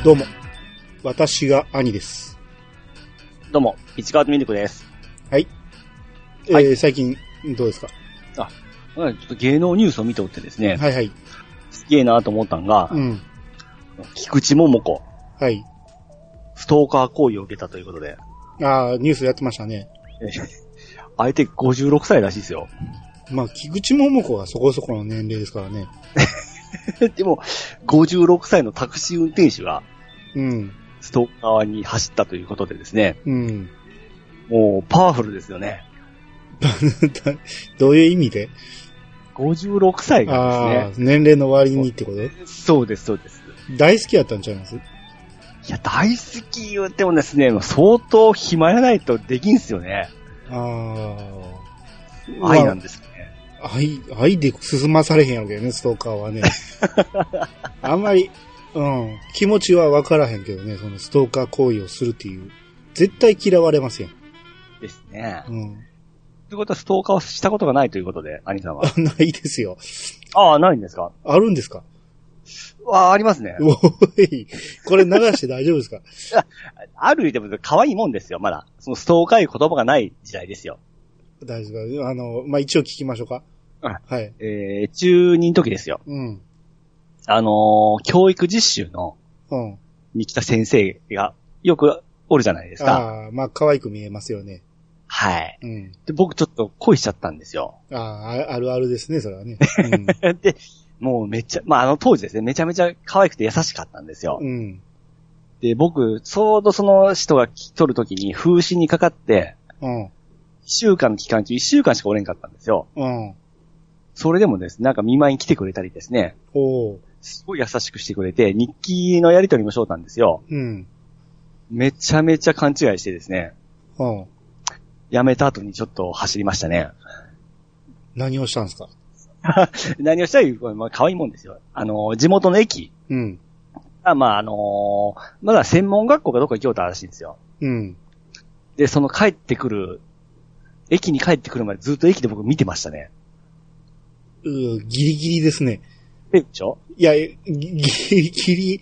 どうも、私が兄です。 どうも、市川とミルクです。 はい。最近、どうですか？ ちょっと芸能ニュースを見ておってですね。 はいはい。 すげえなと思ったんが、菊池桃子。 はい。 ストーカー行為を受けたということで。 ニュースやってましたね。 相手56歳らしいですよ。 まあ、菊池桃子はそこそこの年齢ですからね。 でも、56歳のタクシー運転手が、ストーカーに走ったということでですね。もう、パワフルですよね。 どういう意味で？ 56歳がですね。 年齢の割にってこと？ そうです、そうです。 大好きやったんちゃいます？ いや、大好き言うてもですね、相当暇やないとできんすよね。愛なんですね。 愛で進まされへんやろけどね、ストーカーはね。あんまり、気持ちはわからへんけどね、そのストーカー行為をするっていう。絶対嫌われますよ。 ですね。ということはストーカーをしたことがないということで、兄さんは。 ないですよ。 ないんですか？ あるんですか？ ありますね。 おい、これ流して大丈夫ですか？ あるでも可愛いもんですよ、まだ。そのストーカーいう言葉がない時代ですよ。 大丈夫ですか？一応聞きましょうか。はい。 中2の時ですよ。教育実習の、に来た先生がよくおるじゃないですか。 可愛く見えますよね。 はい。で、僕ちょっと恋しちゃったんですよ。 あるあるですね、それはね。 で、もうめっちゃ、当時ですね、めちゃめちゃ可愛くて優しかったんですよ。で、僕、ちょうどその人が来とる時に風疹にかかって、1週間の期間中1週間しかおれんかったんですよ。それでもですね、なんか見舞いに来てくれたりですね。すごい優しくしてくれて、日記のやりとりもしようたんですよ。めちゃめちゃ勘違いしてですね。辞めた後にちょっと走りましたね。 何をしたんですか？ 何をしたら可愛いもんですよ。地元の駅。まだ専門学校かどっか行きようたらしいんですよ。で、その駅に帰ってくるまでずっと駅で僕見てましたね。 ギリギリですね。 でしょ？ いや、ギリギリ、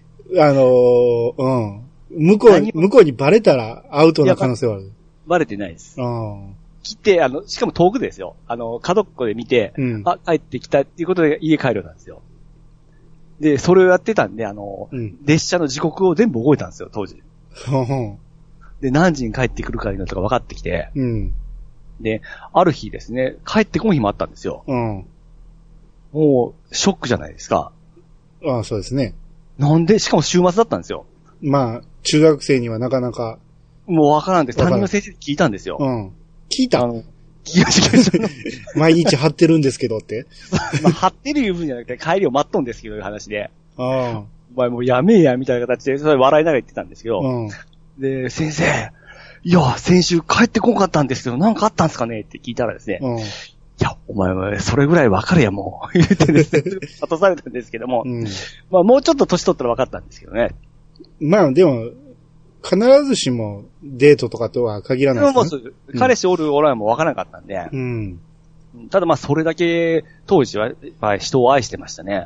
向こうにバレたらアウトな可能性はある。 バレてないです。来て、しかも遠くですよ。角っこで見て、帰ってきたっていうことで家帰るなんですよ。で、それをやってたんで、列車の時刻を全部覚えたんですよ、当時。で、何時に帰ってくるかいうのとか分かってきて、で、ある日ですね、帰ってこん日もあったんですよ。もう、ショックじゃないですか。 そうですね。 なんで、しかも週末だったんですよ。 中学生にはなかなか。 もうわからんで、担任の先生に聞いたんですよ。 聞いた？ 聞きました。 毎日張ってるんですけどって。 張ってるいう分じゃなくて、帰りを待っとんですけど、いう話で。 お前もうやめえや、みたいな形で、それ笑いながら言ってたんですけど。で、先生、いや、先週帰ってこんかったんですけど、なんかあったんですかねって聞いたらですね。いや、お前、それぐらい分かるや、もう。言ってですね、諭されたんですけども。もうちょっと年取ったら分かったんですけどね。 でも、必ずしもデートとかとは限らないですね。 彼氏おらんも分からなかったんで。ただそれだけ当時はやっぱり人を愛してましたね。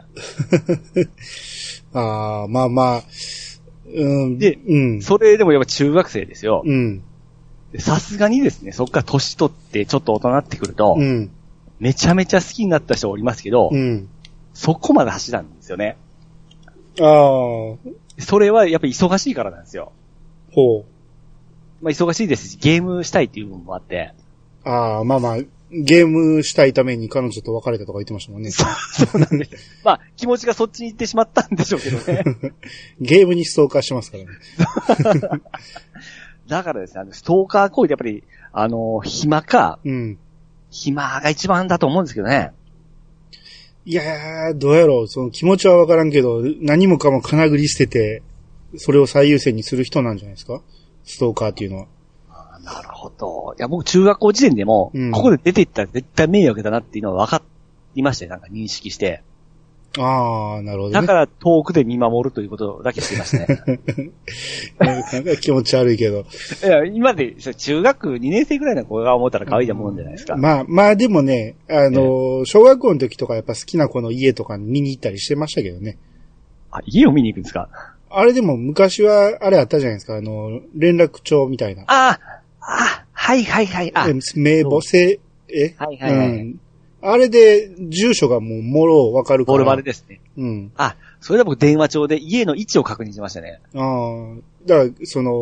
で、それでもやっぱ中学生ですよ。さすがにですね、そっから年取ってちょっと大人になってくると、めちゃめちゃ好きになった人おりますけど、そこまで走らんですよね。それはやっぱり忙しいからなんですよ。忙しいですし、ゲームしたいっていう部分もあって。 ゲームしたいために彼女と別れたとか言ってましたもんね。 そうなんです。気持ちがそっちに行ってしまったんでしょうけどね。 ゲームにストーカーしますからね。 だからですね、ストーカー行為ってやっぱり、暇か、暇が一番だと思うんですけどね。 いやー、どうやろう。その気持ちはわからんけど、何もかも金繰り捨てて、それを最優先にする人なんじゃないですか？ストーカーっていうのは。 なるほど。いや、僕中学校時点でも、ここで出ていったら絶対迷惑だなっていうのは分かりましたよ。なんか認識して。 なるほどね。 だから遠くで見守るということだけしてましたね。 なんか気持ち悪いけど。 いや、今で、中学2年生ぐらいの子が思ったら可愛いもんじゃないですか。 でもね、小学校の時とかやっぱ好きな子の家とかに見に行ったりしてましたけどね。 家を見に行くんですか？ あれでも昔は、あれあったじゃないですか、連絡帳みたいな。 はいはいはい。 名簿、 はいはいはい。 あれで、住所がもろわかるから。 ボールバレですね。 うん。 それで僕電話帳で家の位置を確認しましたね。 だから、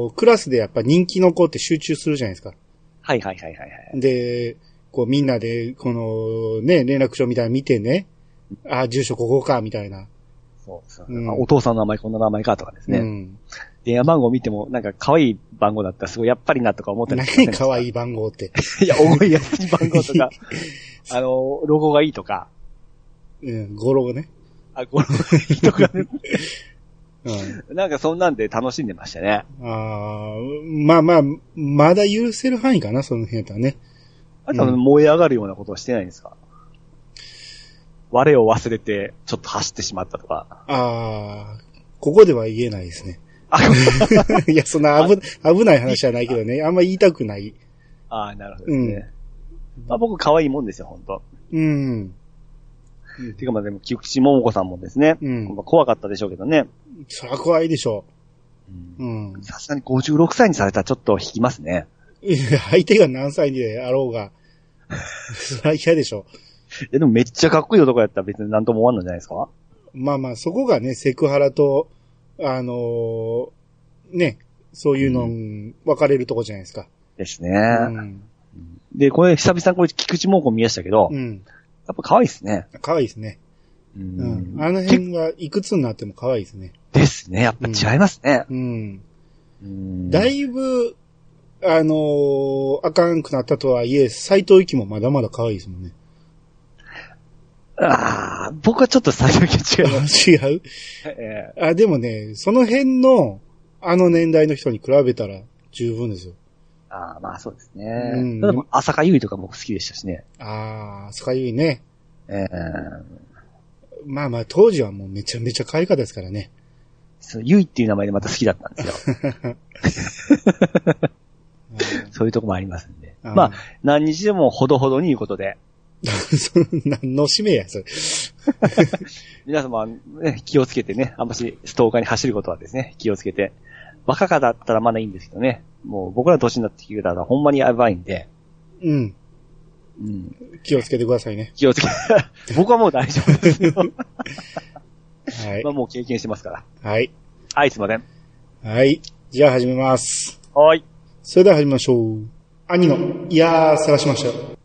クラスでやっぱ人気の子って集中するじゃないですか。 はいはいはいはい。 で、こうみんなで、連絡帳みたいなの見てね、住所ここか、みたいな。 そう。お父さんの名前こんな名前かとかですね。うん。電話番号見ても、なんか可愛い番号だったらすごいやっぱりなとか思ったりして。 何可愛い番号って。 いや、覚えやすい番号とか、ロゴがいいとか。 語呂ね。 語呂がいいとかね。なんかそんなんで楽しんでましたね。 まだ許せる範囲かな、その辺だったらね。 燃え上がるようなことはしてないんですか？我を忘れて、ちょっと走ってしまったとか。 ここでは言えないですね。いや、そんな危ない話はないけどね。あんま言いたくない。 なるほどですね。僕可愛いもんですよ、ほんと。てかでも、菊池桃子さんもですね。怖かったでしょうけどね。 そりゃ怖いでしょう。さすがに56歳にされたらちょっと引きますね。 相手が何歳であろうが。そりゃ嫌でしょ。 でもめっちゃかっこいい男やったら別に何とも思わんのじゃないですか？ そこがね、セクハラと、そういうの、分かれるとこじゃないですか。 ですね。で、これ久々に菊池桃子見ましたけど、やっぱ可愛いですね。 可愛いですね。あの辺はいくつになっても可愛いですね。 ですね。やっぱ違いますね。 だいぶ、あかんくなったとはいえ、斎藤由貴もまだまだ可愛いですもんね。 僕はちょっと最初に違います。 違うでもね、その辺の、年代の人に比べたら十分ですよ。 そうですね。でも、浅香唯とか僕好きでしたしね。 浅香唯ね。当時はもうめちゃめちゃ可愛かったですからね。 唯っていう名前でまた好きだったんですよ。そういうとこもありますんで。何日でもほどほどに言うことで。 何の使命や、それ。 皆様、気をつけてね、あんましストーカーに走ることはですね、気をつけて。若かだったらまだいいんですけどね。もう僕ら年になってきたらほんまにやばいんで。 気をつけてくださいね。 気をつけて。僕はもう大丈夫ですよ。 はい。 もう経験してますから。 はい。 すいません。 はい。じゃあ始めます。 はい。 それでは始めましょう。兄の、探しましたよ。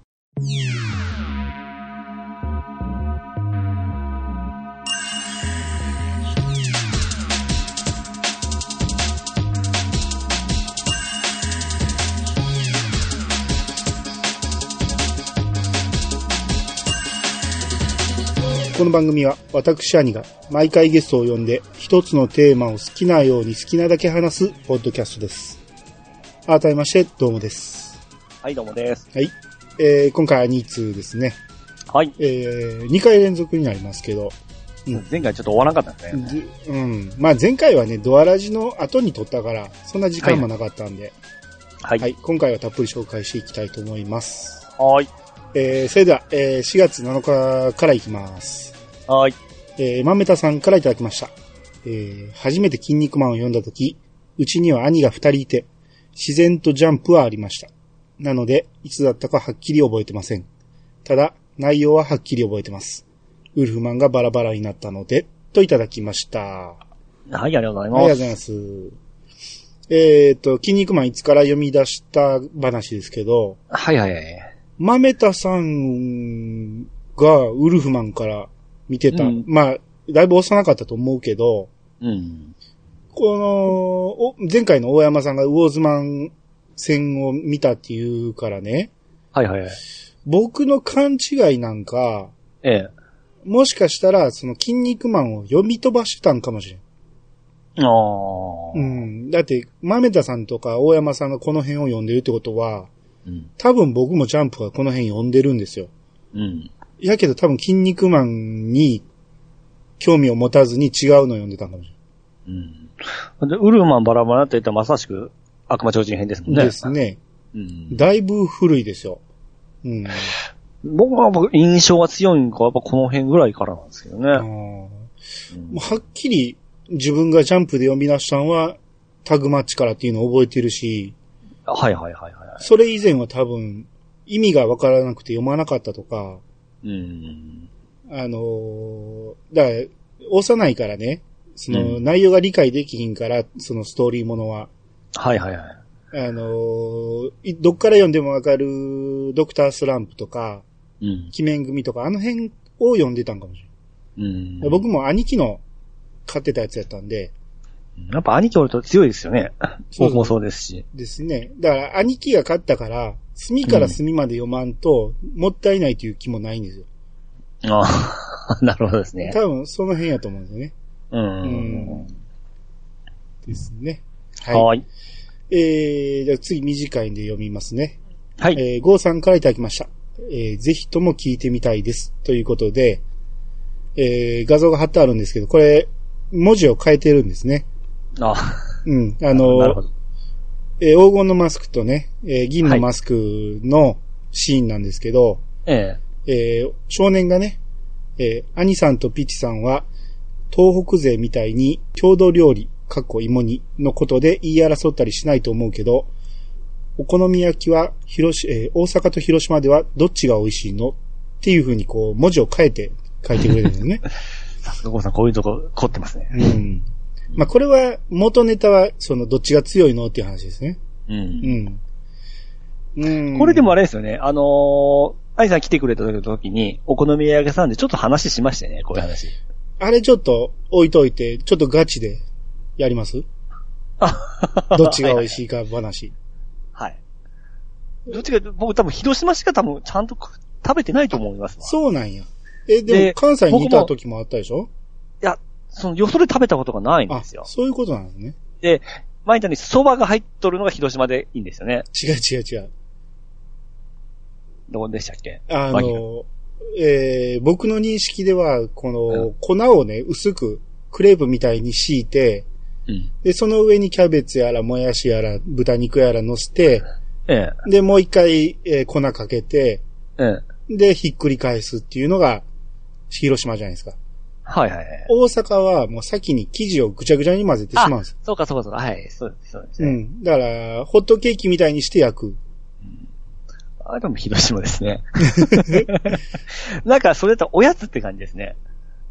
この番組は私兄が毎回ゲストを呼んで一つのテーマを好きなように好きなだけ話すポッドキャストです。改めましてどうもです。 はい、どうもです。 はい。今回は2通ですね。 はい。 2回連続になりますけど。 前回ちょっと終わらなかったですね。 前回はね、ドアラジの後に撮ったから、そんな時間もなかったんで。はい。今回はたっぷり紹介していきたいと思います。 はい。 それでは、4月7日からいきます。 はい。 まめたさんからいただきました。初めて筋肉マンを読んだとき、うちには兄が2人いて、自然とジャンプはありました。なので、いつだったかはっきり覚えてません。ただ、内容ははっきり覚えてます。ウルフマンがバラバラになったので、といただきました。はい、 ありがとうございます。 ありがとうございます。筋肉マンいつから読み出した話ですけど、 はい。 まめたさんがウルフマンから見てた。だいぶ幼かったと思うけど、この、前回の大山さんがウォーズマン戦を見たっていうからね。 はい。 僕の勘違いなんか、もしかしたら、その筋肉マンを読み飛ばしてたんかもしれん。だって、豆田さんとか大山さんがこの辺を読んでるってことは、多分僕もジャンプがこの辺読んでるんですよ。やけど多分筋肉マンに興味を持たずに違うのを読んでたんかもしれん。 で、ウルフマンバラバラって言ったらまさしく悪魔超人編ですもんね。 ですね。だいぶ古いですよ。 僕は印象が強いのがやっぱこの辺ぐらいからなんですけどね。 もうはっきり自分がジャンプで読み出したのはタグマッチからっていうのを覚えてるし、 はいはいはいはい。 それ以前は多分意味がわからなくて読まなかったとか、だから、幼いからね、その内容が理解できひんから、そのストーリーものは。 はいはいはい。 どっから読んでもわかるドクタースランプとか、鬼面組とか、あの辺を読んでたんかもしれない。僕も兄貴の買ってたやつやったんで。 やっぱ兄貴おると強いですよね。僕もそうですし。 ですね。だから兄貴が買ったから、隅から隅まで読まんと、もったいないという気もないんですよ。 ああ、なるほどですね。 多分その辺やと思うんですよね。ですね。 はい。 じゃあ次短いんで読みますね。 はい。 ゴーさんからいただきました。ぜひとも聞いてみたいです。ということで、画像が貼ってあるんですけど、これ、文字を変えてるんですね。 あなるほど。黄金のマスクとね、銀のマスクのシーンなんですけど、少年がね、兄さんとピチさんは、東北勢みたいに郷土料理、芋煮のことで言い争ったりしないと思うけど、お好み焼きは大阪と広島ではどっちが美味しいのっていう風にこう文字を変えて書いてくれるんですね。 さすがゴーさんこういうとこ凝ってますね。 まあこれは元ネタはそのどっちが強いのっていう話ですね。 これでもあれですよね。愛さん来てくれた時にお好み焼き屋さんでちょっと話しましてね、こういう話。 あれちょっと置いといて、ちょっとガチでやりますどっちが美味しいか話。 はい。どっちか、僕多分広島しか多分ちゃんと食べてないと思いますわ。 そうなんや。でも関西にいた時もあったでしょ？ いや、よそで食べたことがないんですよ。 そういうことなんですね。 で、前言ったように蕎麦が入っとるのが広島でいいんですよね。 違う。 どこでしたっけ？ 僕の認識では、この粉をね、薄くクレープみたいに敷いて、で、その上にキャベツやら、もやしやら、豚肉やら乗せて、で、もう一回、粉かけて、で、ひっくり返すっていうのが、広島じゃないですか。 はい。 大阪はもう先に生地をぐちゃぐちゃに混ぜてしまうんです。 そうか。はい、そうですね。 だから、ホットケーキみたいにして焼く。 でも広島ですね。なんか、それだとおやつって感じですね。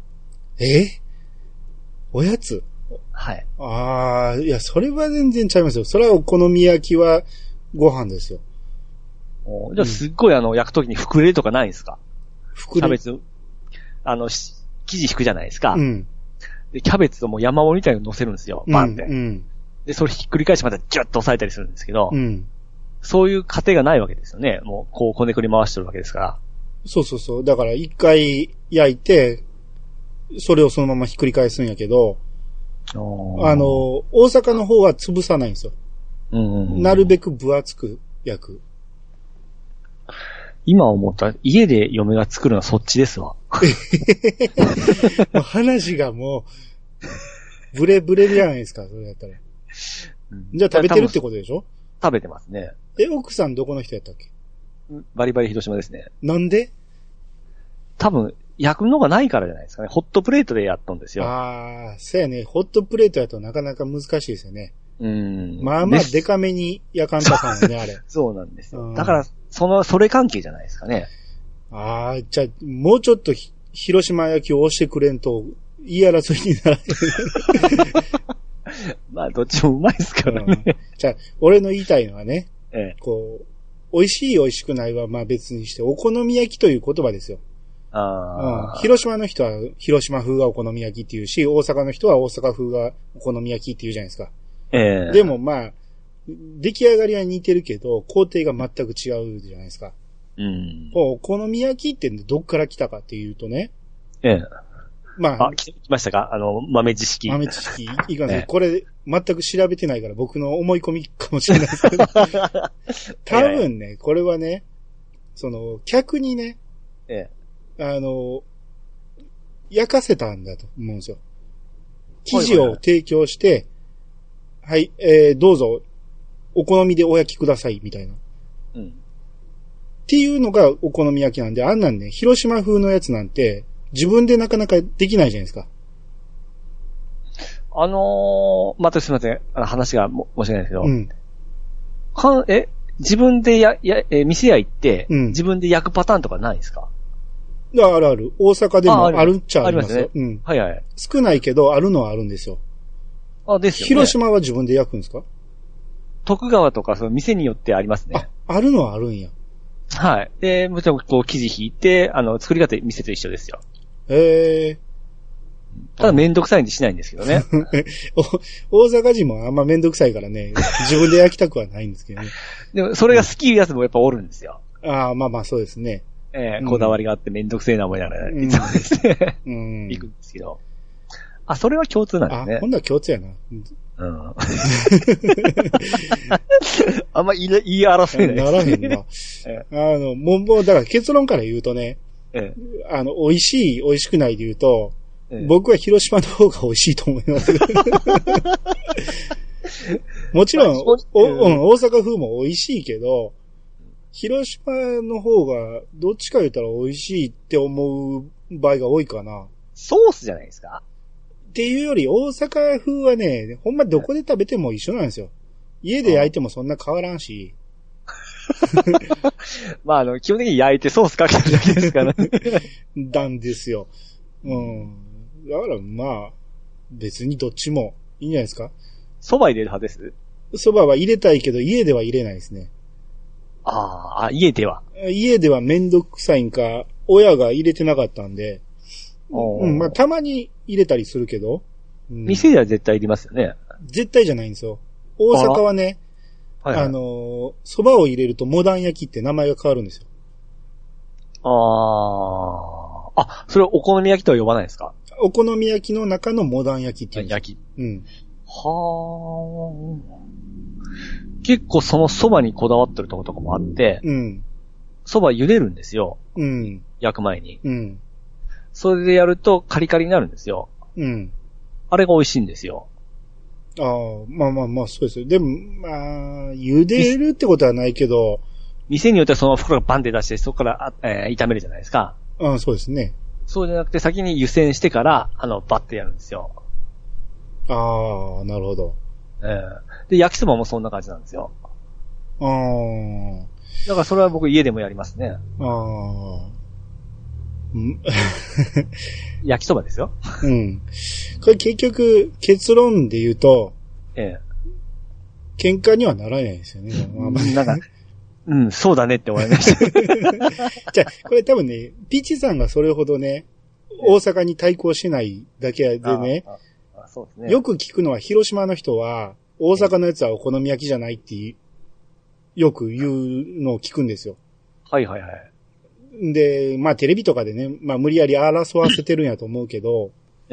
おやつ？ はい。 いや、それは全然ちゃいますよ。それはお好み焼きはご飯ですよ。 じゃあすっごい焼くときに膨れるとかないんですか？キャベツ、生地引くじゃないですか。で、キャベツをもう山盛りみたいに乗せるんですよ。バンって。で、それひっくり返しまたジュッと押さえたりするんですけど、そういう過程がないわけですよね。もう、こう、こねくり回してるわけですから。 そう。だから一回焼いて、それをそのままひっくり返すんやけど、大阪の方は潰さないんですよ。なるべく分厚く焼く。 今思ったら、家で嫁が作るのはそっちですわ。 もう話がもう、ブレブレじゃないですか、それだったら。じゃあ食べてるってことでしょ？ 食べてますね。 奥さんどこの人やったっけ？ バリバリ広島ですね。 なんで？ 多分、焼くのがないからじゃないですかね。ホットプレートでやっとんですよ。 そうやね。ホットプレートやとなかなか難しいですよね。まあデカめに焼かんとかんよね、あれ。 そうなんですよ。だから、それ関係じゃないですかね。 じゃあ、もうちょっと広島焼きを押してくれんと、言い争いにならない。まあ、どっちもうまいですからね。 じゃあ、俺の言いたいのはね、こう、美味しい美味しくないはまあ別にして、お好み焼きという言葉ですよ。広島の人は広島風がお好み焼きっていうし、大阪の人は大阪風がお好み焼きっていうじゃないですか。でもまあ、出来上がりは似てるけど、工程が全く違うじゃないですか。お好み焼きってどっから来たかっていうとね。まあ。 来ましたか？豆知識。 豆知識。いかんせん。これ、全く調べてないから僕の思い込みかもしれないですけど。多分ね、これはね、客にね、焼かせたんだと思うんですよ。生地を提供して、はい、どうぞ、お好みでお焼きください、みたいな。っていうのがお好み焼きなんで、あんなんね、広島風のやつなんて、自分でなかなかできないじゃないですか。 またすみません。話が申し訳ないですけど。うん。自分で店屋行って、うん、自分で焼くパターンとかないですか？ あるある。大阪でもあるっちゃありますよ。 ね、うん。はいはい。 少ないけど、あるのはあるんですよ。 ですよね。 広島は自分で焼くんですか？ 徳川とか、その店によってありますね。 あるのはあるんや。 はい。で、もちろん、こう、生地引いて、作り方、店と一緒ですよ。ただめんどくさいんでしないんですけどね。 大阪人もあんまめんどくさいからね、自分で焼きたくはないんですけどね。 でも、それが好きいうやつもやっぱおるんですよ。 ああ、まあまあそうですね。 こだわりがあってめんどくせえな思いながら、いつもですね、行くんですけど。それは共通なんですね。 今度は共通やな。 あんま言い争えない。 ならへんな。もう、だから結論から言うとね、美味しい、美味しくないで言うと、僕は広島の方が美味しいと思います。もちろん、大阪風も美味しいけど、広島の方がどっちか言ったら美味しいって思う場合が多いかな。 ソースじゃないですか？ っていうより大阪風はね、ほんまどこで食べても一緒なんですよ。家で焼いてもそんな変わらんし。 まあ基本的に焼いてソースかけてるだけですからね。 なんですよ。うん。だからまあ、別にどっちもいいんじゃないですか？ 蕎麦入れる派です？ 蕎麦は入れたいけど家では入れないですね。 家では。 家ではめんどくさいんか、親が入れてなかったんで、まあたまに入れたりするけど。 店では絶対入れますよね。 絶対じゃないんですよ。大阪はね、蕎麦を入れるとモダン焼きって名前が変わるんですよ。 それはお好み焼きとは呼ばないですか？ お好み焼きの中のモダン焼きっていう。 焼き。 うん。 結構その蕎麦にこだわってるところとかもあって、蕎麦茹でるんですよ。焼く前に。それでやるとカリカリになるんですよ。あれが美味しいんですよ。 まあ、そうですよ。でも、まあ、茹でるってことはないけど、 店によってはその袋がバンって出して、そこから、炒めるじゃないですか。 そうですね。 そうじゃなくて先に湯煎してから、バッてやるんですよ。 なるほど。 で、焼きそばもそんな感じなんですよ。だからそれは僕家でもやりますね。焼きそばですよ。 これ結局、結論で言うと、喧嘩にはならないですよね。 なんか、そうだねって思いました。 じゃあ、これ多分ね、ピチさんがそれほどね、大阪に対抗しないだけでね、 そうですね。 よく聞くのは広島の人は、大阪のやつはお好み焼きじゃないってよく言うのを聞くんですよ。 はいはいはい。 で、まあテレビとかでね、まあ無理やり争わせてるんやと思うけど、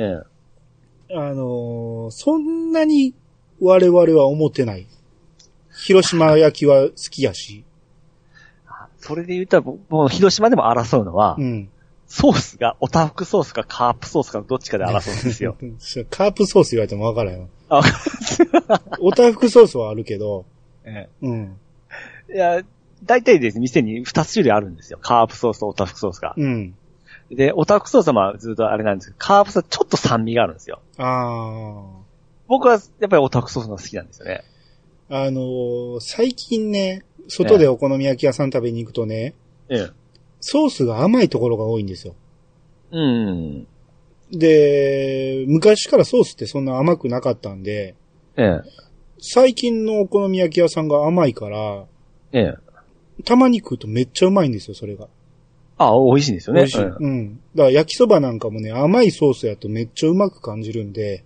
そんなに我々は思ってない。広島焼きは好きやし。 それで言ったら、もう広島でも争うのは、ソースが、おたふくソースかカープソースかどっちかで争うんですよ。 カープソース言われてもわからんよ。おたふくソースはあるけど、 いや、大体ですね、店に2つ種類あるんですよ。カープソースとおたふくソースが。で、おたふくソースはまあずっとあれなんですけど、カープソースはちょっと酸味があるんですよ。僕はやっぱりおたふくソースが好きなんですよね。 最近ね、外でお好み焼き屋さん食べに行くとね、ソースが甘いところが多いんですよ。で、昔からソースってそんな甘くなかったんで、最近のお好み焼き屋さんが甘いから、たまに食うとめっちゃうまいんですよ、それが。 美味しいんですよね。 美味しい。だから焼きそばなんかもね、甘いソースやとめっちゃうまく感じるんで、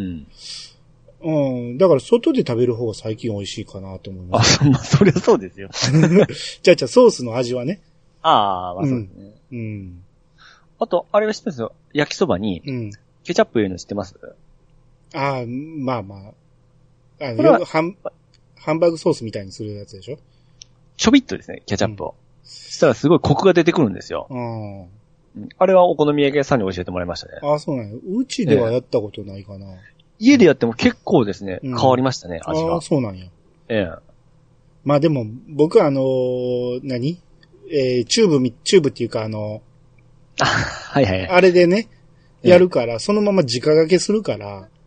だから外で食べる方が最近美味しいかなと思います。 そりゃそうですよ。 じゃあソースの味はね。 まあそうですね。あと、あれは知ってますよ。焼きそばに、ケチャップ入れるの知ってます？ まあまあ。ハンバーグソースみたいにするやつでしょ？ ちょびっとですね、ケチャップを。そしたらすごいコクが出てくるんですよ。あれはお好み焼き屋さんに教えてもらいましたね。 そうなんや。うちではやったことないかな。 家でやっても結構ですね、変わりましたね、味が。 そうなんや。まあでも、僕はチューブっていうかはいはい。 あれでね、やるから、そのまま直掛けするから、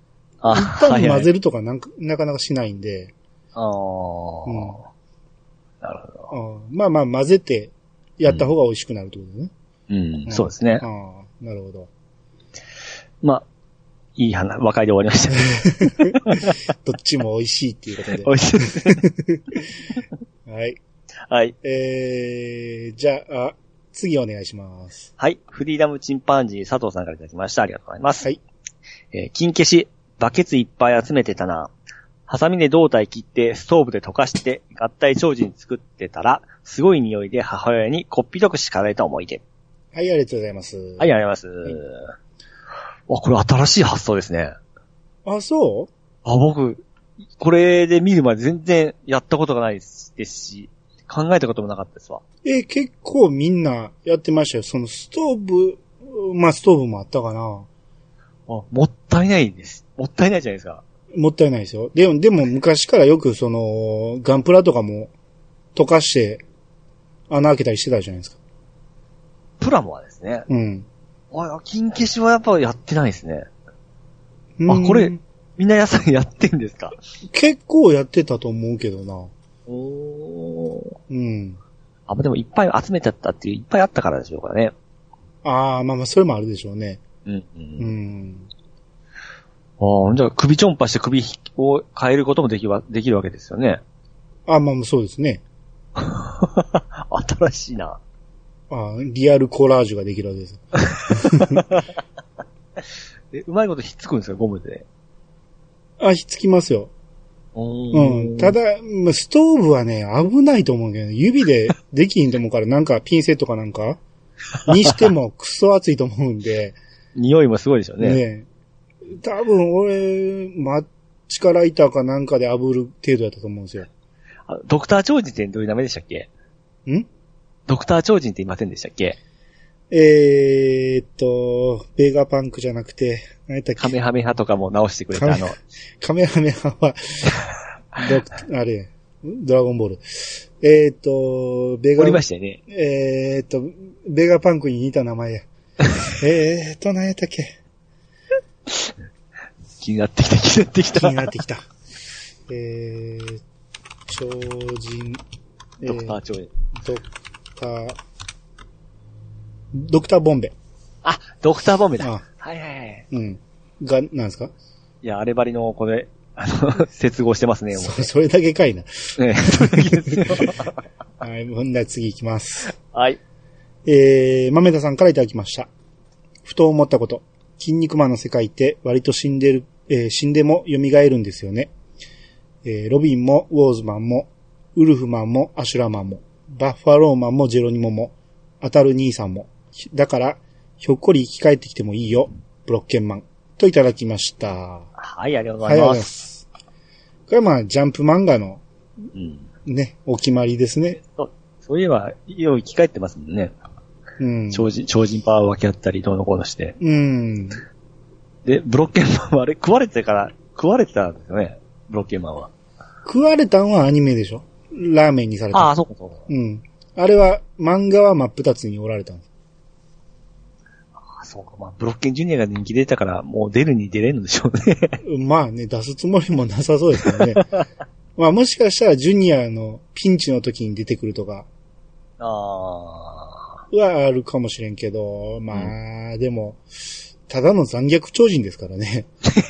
一旦混ぜるとかなかなかしないんで。 ああ、うん。なるほど。 まあまあ混ぜてやった方が美味しくなるってことね。 うん、そうですね。 なるほど。 まあ、いい話、和解で終わりました。 どっちも美味しいっていうことで。 美味しいですね。 はい。 はい。 じゃあ、次お願いします。 はい。フリーダムチンパンジー佐藤さんからいただきました。ありがとうございます。 はい。 金消し、バケツいっぱい集めてたな。ハサミで胴体切ってストーブで溶かして合体長寿に作ってたら、すごい匂いで母親にこっぴどく叱られた思い出。 はい、ありがとうございます。 はい、ありがとうございます。はい、これ新しい発想ですね。 あ、そう？ 僕、これで見るまで全然やったことがないですし、考えたこともなかったですわ。 結構みんなやってましたよ。そのストーブ、まあストーブもあったかな。 もったいないです。もったいないじゃないですか。 もったいないですよ。でも昔からよくその、ガンプラとかも溶かして穴開けたりしてたじゃないですか。 プラモはですね。 うん。 金消しはやっぱやってないですね。これ、みんなやってんですか？ 結構やってたと思うけどな。 うん。でもいっぱい集めちゃったっていう、いっぱいあったからでしょうかね。 まあまあ、それもあるでしょうね。 じゃあ、首ちょんぱして首を変えることもできるわけですよね。 まあ、そうですね。 新しいな。 リアルコラージュができるわけです。 うまいことひっつくんですか、ゴムで。 ひっつきますよ。ただ、ストーブはね、危ないと思うけど、指でできひんと思うから、なんかピンセットかなんかにしてもクソ熱いと思うんで。 匂いもすごいでしょうね。 ねえ。多分俺、マッチかライターかなんかで炙る程度だったと思うんですよ。 ドクター超人ってどういう名前でしたっけ？ドクター超人って言いませんでしたっけ？ ベーガーパンクじゃなくて、何やったっけ？ カメハメハとかも直してくれたカメハメハは、あれ、ドラゴンボール。ベーガー、 おりましたよね。 ベーガーパンクに似た名前や。何やったっけ？ 気になってきた。 気になってきた。超人、 ドクター超人。 ドクターボンベ。 ドクターボンベだ。はい。 なんですか？ いや、あればりのこれ、接合してますね。 それだけかいな。 それだけですよ。 はい、ほんなら次行きます。 はい。 豆田さんからいただきました。ふと思ったこと。筋肉マンの世界って割と死んでも蘇るんですよね。ロビンもウォーズマンもウルフマンもアシュラマンもバッファローマンもジェロニモも当たる兄さんも。だから、ひょっこり生き返ってきてもいいよ。ブロッケンマン。といただきました。 はい、ありがとうございます。 これはジャンプ漫画の、ね、お決まりですね。 そういえば、よう生き返ってますもんね。超人パワー分け合ったり、どうのこうのして。で、ブロッケンマンはあれ、食われてたんですよね。ブロッケンマンは。 食われたんはアニメでしょ？ラーメンにされた。 そうか。 あれは、漫画は真っ二つにおられたんです。 そうか。ブロッケンジュニアが人気出たから、もう出れんのでしょうね。 まあね、出すつもりもなさそうですけどね。まあもしかしたらジュニアのピンチの時に出てくるとか。はあるかもしれんけど、でも、ただの残虐超人ですからね。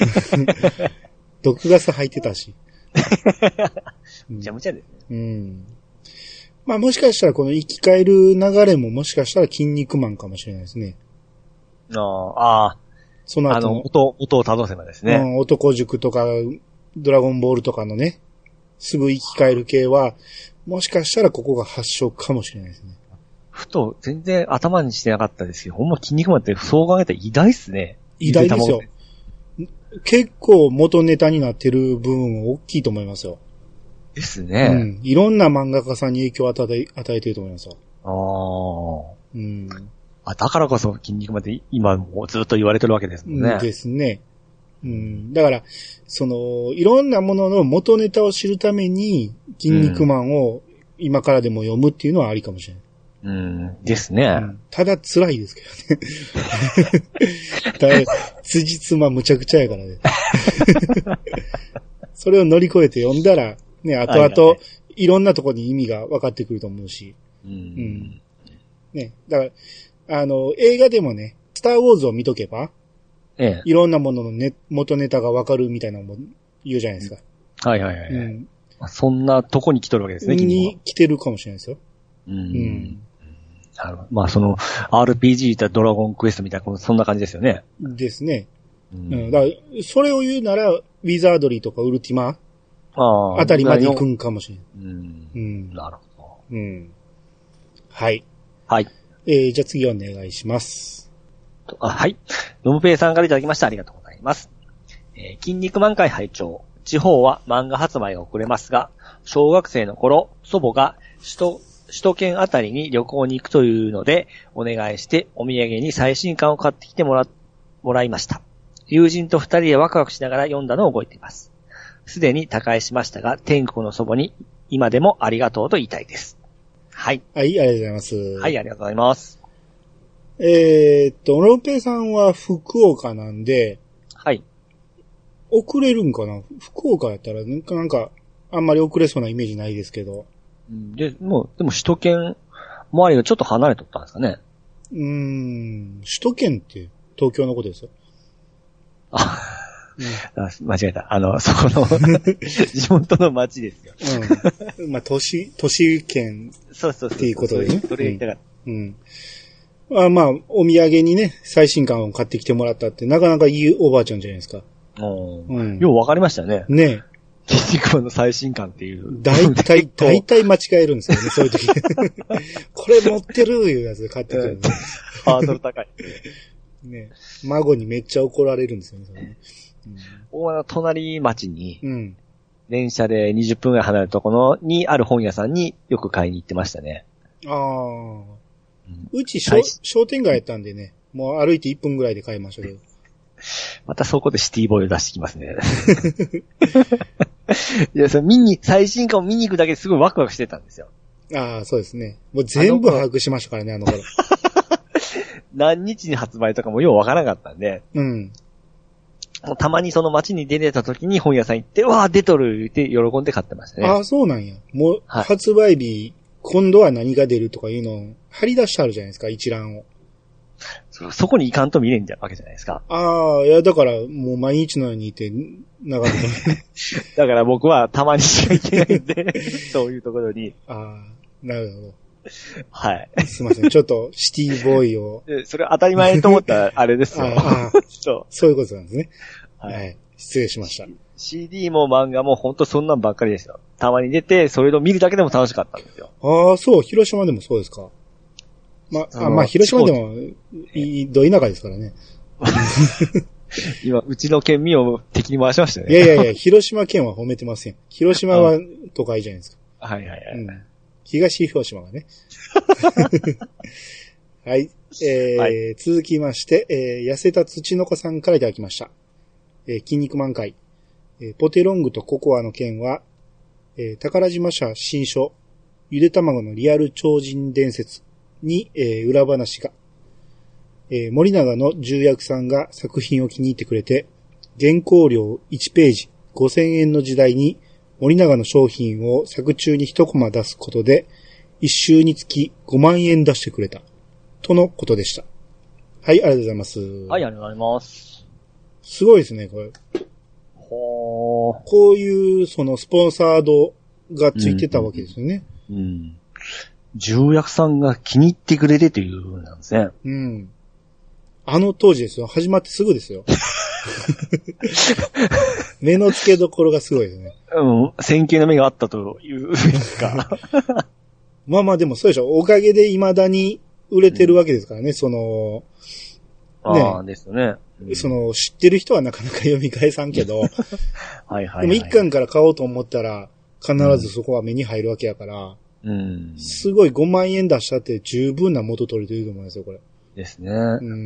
毒ガス入ってたし。 むちゃむちゃですね。 まあもしかしたらこの生き返る流れももしかしたら筋肉マンかもしれないですね。 その後の。音を正せばですね。 男塾とか、ドラゴンボールとかのね、すぐ生き返る系は、もしかしたらここが発祥かもしれないですね。 ふと、全然頭にしてなかったですけど、ほんま筋肉マンってそう考えたら偉大っすね。 偉大ですよ。結構元ネタになってる部分大きいと思いますよ。 ですね。 いろんな漫画家さんに影響を与えてると思いますよ。 だからこそ筋肉マンって今もうずっと言われてるわけですもんね。 ですね。だから、いろんなものの元ネタを知るために、筋肉マンを今からでも読むっていうのはありかもしれない。 ですね。 ただ辛いですけどね。辻褄むちゃくちゃやからね。それを乗り越えて読んだら、ね、後々、いろんなところに意味が分かってくると思うし。ね、だから、映画でもね、スターウォーズを見とけば、いろんなものの元ネタが分かるみたいなのも言うじゃないですか。 はい。そんなとこに来とるわけですね、 に来てるかもしれないですよ。 なるほど。まあ、その、RPG いったドラゴンクエストみたいな、そんな感じですよね。 ですね。だから、それを言うなら、ウィザードリーとかウルティマあたりまで行くんかもしれない。 なるほど。 はい。 はい。 じゃあ次お願いします。 はい。ノムペイさんからいただきました。ありがとうございます。筋肉満開拝聴。地方は漫画発売が遅れますが、小学生の頃、祖母が首都圏あたりに旅行に行くというので、お願いしてお土産に最新刊を買ってきてもらいました。友人と二人でワクワクしながら読んだのを覚えています。すでに他界しましたが、天国の祖母に今でもありがとうと言いたいです。はい。 はい、ありがとうございます。 はい、ありがとうございます。 ロンペイさんは福岡なんで、 はい。 遅れるんかな？福岡やったら、なんか、あんまり遅れそうなイメージないですけど。 でも首都圏周りがちょっと離れとったんですかね。 首都圏って東京のことですよ。 間違えた。そこの、地元の町ですよ。 まあ、都市圏っていうことでね。 それ言いたかった。 まあ、お土産にね、最新刊を買ってきてもらったって、なかなかいいおばあちゃんじゃないですか。 ようわかりましたね。 ねえ。 筋肉の最新刊っていう。 大体間違えるんですよね、そういう時。これ持ってるいうやつで買ってくる、ね。 ハードル高い。 ね、孫にめっちゃ怒られるんですよね、それね。 隣町に、電車で20分ぐらい離れるところにある本屋さんによく買いに行ってましたね。 うち商店街やったんでね、もう歩いて1分ぐらいで買いましたけど。 またそこでシティボーイを出してきますね。いや、最新刊を見に行くだけですごいワクワクしてたんですよ。 そうですね。もう全部把握しましたからね、頃。 何日に発売とかもようわからなかったんで。もうたまにその街に出てた時に本屋さん行って、わー出とるって喜んで買ってましたね。 そうなんや。もう、発売日、今度は何が出るとかいうのを貼り出してあるじゃないですか、一覧を。 そこに行かんと見れんわけじゃないですか。 いや、だから、もう毎日のようにいて、長くだから僕はたまにしか行けないんで、そういうところに。 なるほど。 はい。 すいません。ちょっとシティボーイを。 それ当たり前と思ったらあれですよ。 そういうことなんですね。はい。失礼しました。 CD も漫画も本当そんなんばっかりですよ。たまに出て、それを見るだけでも楽しかったんですよ。 そう、広島でもそうですか。広島でも、ど田舎ですからね。 今、うちの県民を敵に回しましたね。 いや、広島県は褒めてません。広島は都会じゃないですか。 はい。 東広島がね。はい。続きまして、痩せた土の子さんからいただきました。筋肉満開。ポテロングとココアの件は、宝島社新書、ゆで卵のリアル超人伝説に、裏話が、森永の重役さんが作品を気に入ってくれて、原稿料1ページ5000円の時代に森永の商品を作中に1コマ出すことで、1週につき5万円出してくれた。とのことでした。はい、ありがとうございます。 はい、ありがとうございます。 すごいですね、これ。こういう、その、スポンサードがついてたわけですよね。 重役さんが気に入ってくれてという風なんですね。 当時ですよ。始まってすぐですよ。目の付けどころがすごいですね。 先見の目があったというですか。 まあでもそうでしょ。おかげで未だに売れてるわけですからね、その、 ですね。 その、知ってる人はなかなか読み返さんけど、でも一巻から買おうと思ったら、必ずそこは目に入るわけやから、すごい5万円出したって十分な元取りというと思いますよ、これ。 ですね。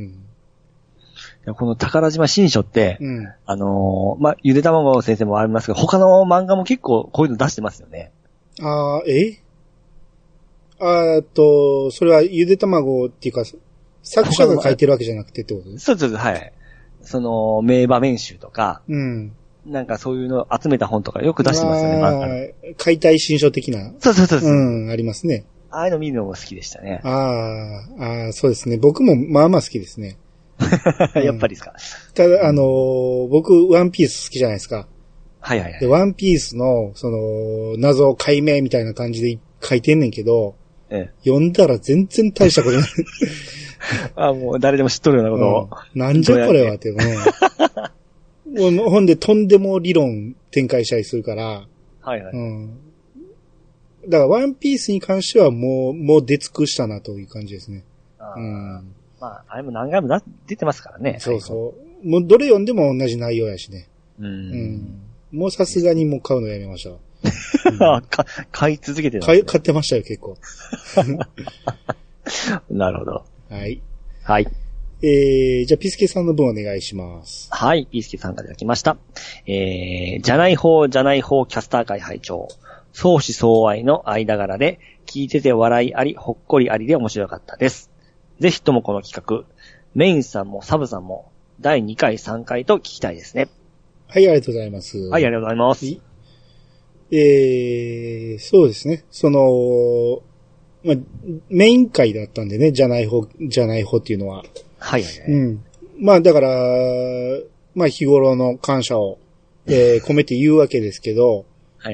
この宝島新書って、ゆで卵先生もありますけど、他の漫画も結構こういうの出してますよね。 それはゆで卵っていうか、作者が書いてるわけじゃなくてってことですそう、はい。名場面集とか、 うん。 なんかそういうのを集めた本とかよく出してますよね、 解体新書的な。 そう。 うん、ありますね。 ああいうの見るのも好きでしたね。 そうですね。僕もまあまあ好きですね。 やっぱりですか。 ただ、僕、ワンピース好きじゃないですか。 はい。 で、ワンピースの、謎解明みたいな感じで書いてんねんけど、読んだら全然大したことない。 もう誰でも知っとるようなことを。 なんじゃこれはってね。ほんで、とんでも理論展開したりするから。 はい。 だから、ワンピースに関してはもう出尽くしたなという感じですね。 まあ、あれも何回も出てますからね。 そう。もうどれ読んでも同じ内容やしね。もうさすがにもう買うのやめました。 買い続けてる、 買ってましたよ、結構。 なるほど。 はい。 じゃあ、ピスケさんの分お願いします。 はい、ピスケさんからいただきました。じゃない方キャスター会会長。相思相愛の間柄で、聞いてて笑いあり、ほっこりありで面白かったです。ぜひともこの企画、メインさんもサブさんも、第2回3回と聞きたいですね。 はい、ありがとうございます。 はい、ありがとうございます。 そうですね。メイン回だったんでね、じゃない方っていうのは。 はい。 まあ、だから、まあ、日頃の感謝を、込めて言うわけですけど、 はい。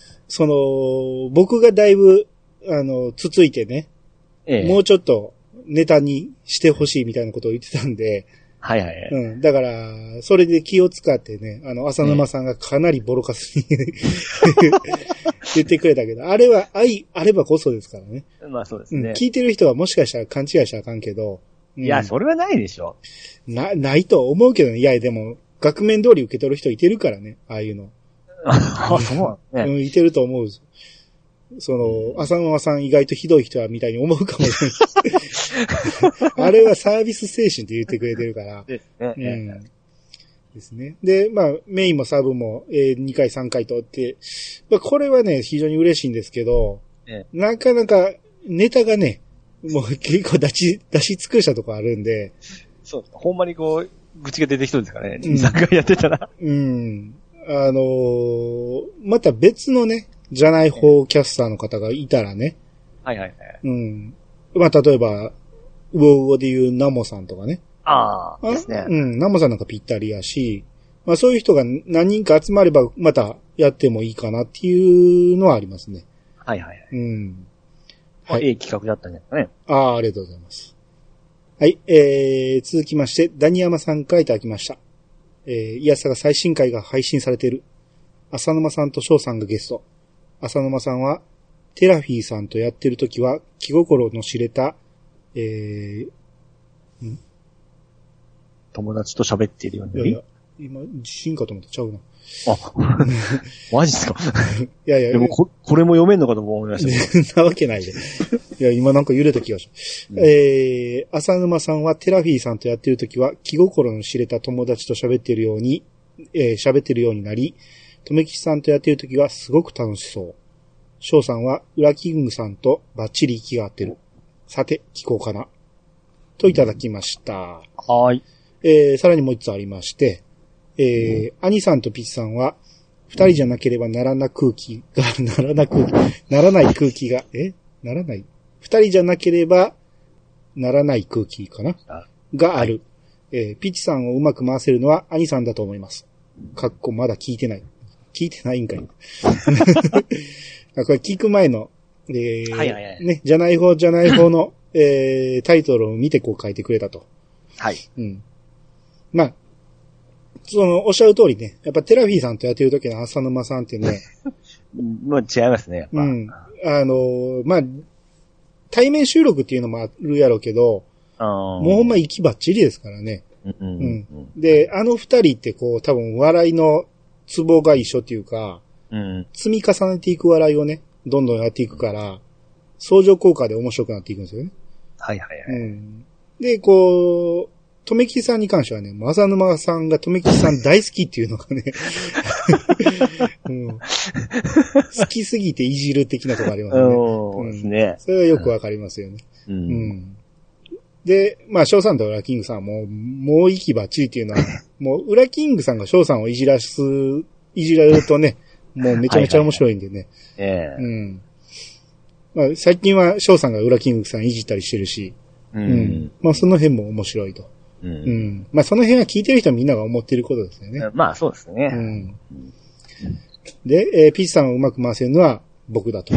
僕がだいぶ、つついてね、もうちょっとネタにしてほしいみたいなことを言ってたんで、 はい。 だから、それで気を使ってね、浅沼さんがかなりボロカスに言ってくれたけど、あれは愛あればこそですからね。 まあそうですね。 聞いてる人はもしかしたら勘違いしたらあかんけど。 いや、それはないでしょ。 ないと思うけどね。いや、でも、額面通り受け取る人いてるからね、ああいうの。 そうね。 いてると思う。浅沼さん意外とひどい人はみたいに思うかもしれない。あれはサービス精神って言ってくれてるから。ですね。で、まあ、メインもサブも、2回3回とって、まあ、これはね、非常に嬉しいんですけど、なかなかネタがね、もう結構出し尽くしたとこあるんで。 そう、ほんまに愚痴が出てきそうですからね。2、3回やってたら。 また別のね、じゃない方キャスターの方がいたらね。 はい。 まあ、例えば、ウォウオで言うナモさんとかね。 ですね。 ナモさんなんかぴったりやし、まあそういう人が何人か集まればまたやってもいいかなっていうのはありますね。 はい。 はい。 いい企画だったんじゃないですかね。 ありがとうございます。はい、続きまして、ダニヤマさんからいただきました。イヤサが最新回が配信されている。浅沼さんと翔さんがゲスト。浅沼さんは、テラフィーさんとやってるときは、気心の知れた、 友達と喋っているように。 いや、今、地震かと思ってちゃうな。 マジっすか。 いや。 でもこれも読めんのかと思いました。 そんなわけないで。いや、今なんか揺れた気がした。浅沼さんはテラフィーさんとやってるときは、気心の知れた友達と喋ってるようになり、とめきちさんとやってるときはすごく楽しそう。翔さんは、ウラキングさんとバッチリ息が合ってる。さて、聞こうかな。といただきました。 はい。 さらにもう一つありまして、兄さんとピチさんは、二人じゃなければならない空気が、二人じゃなければならない空気かながある。ピチさんをうまく回せるのは兄さんだと思います。まだ聞いてない。聞いてないんかい。これ聞く前の、ね、じゃない方の、タイトルを見てこう書いてくれたと。 はい。 まあ、おっしゃる通りね、やっぱテラフィーさんとやってる時の浅沼さんってね。 もう違いますね。 まあ、対面収録っていうのもあるやろうけど、もうほんま息バッチリですからね。で、二人って多分笑いのツボが一緒っていうか、積み重ねていく笑いをね、どんどんやっていくから、相乗効果で面白くなっていくんですよね。 はい。 で、二とめきちさんに関してはね、正沼さんがとめきちさん大好きっていうのがね、うん、好きすぎていじる的なとこありますね。 そうですね。 それはよくわかりますよね。うん。で、まあ、翔さんとウラキングさんも、もう息ばっちりっていうのは、もう、ウラキングさんが翔さんをいじられるとね、もうめちゃめちゃ面白いんでね。うん。まあ、最近は翔さんがウラキングさんいじったりしてるし、まあ、その辺も面白いと。まあ、その辺は聞いてる人はみんなが思ってることですよね。 まあ、そうですね。 で、ピーチさんをうまく回せるのは僕だと。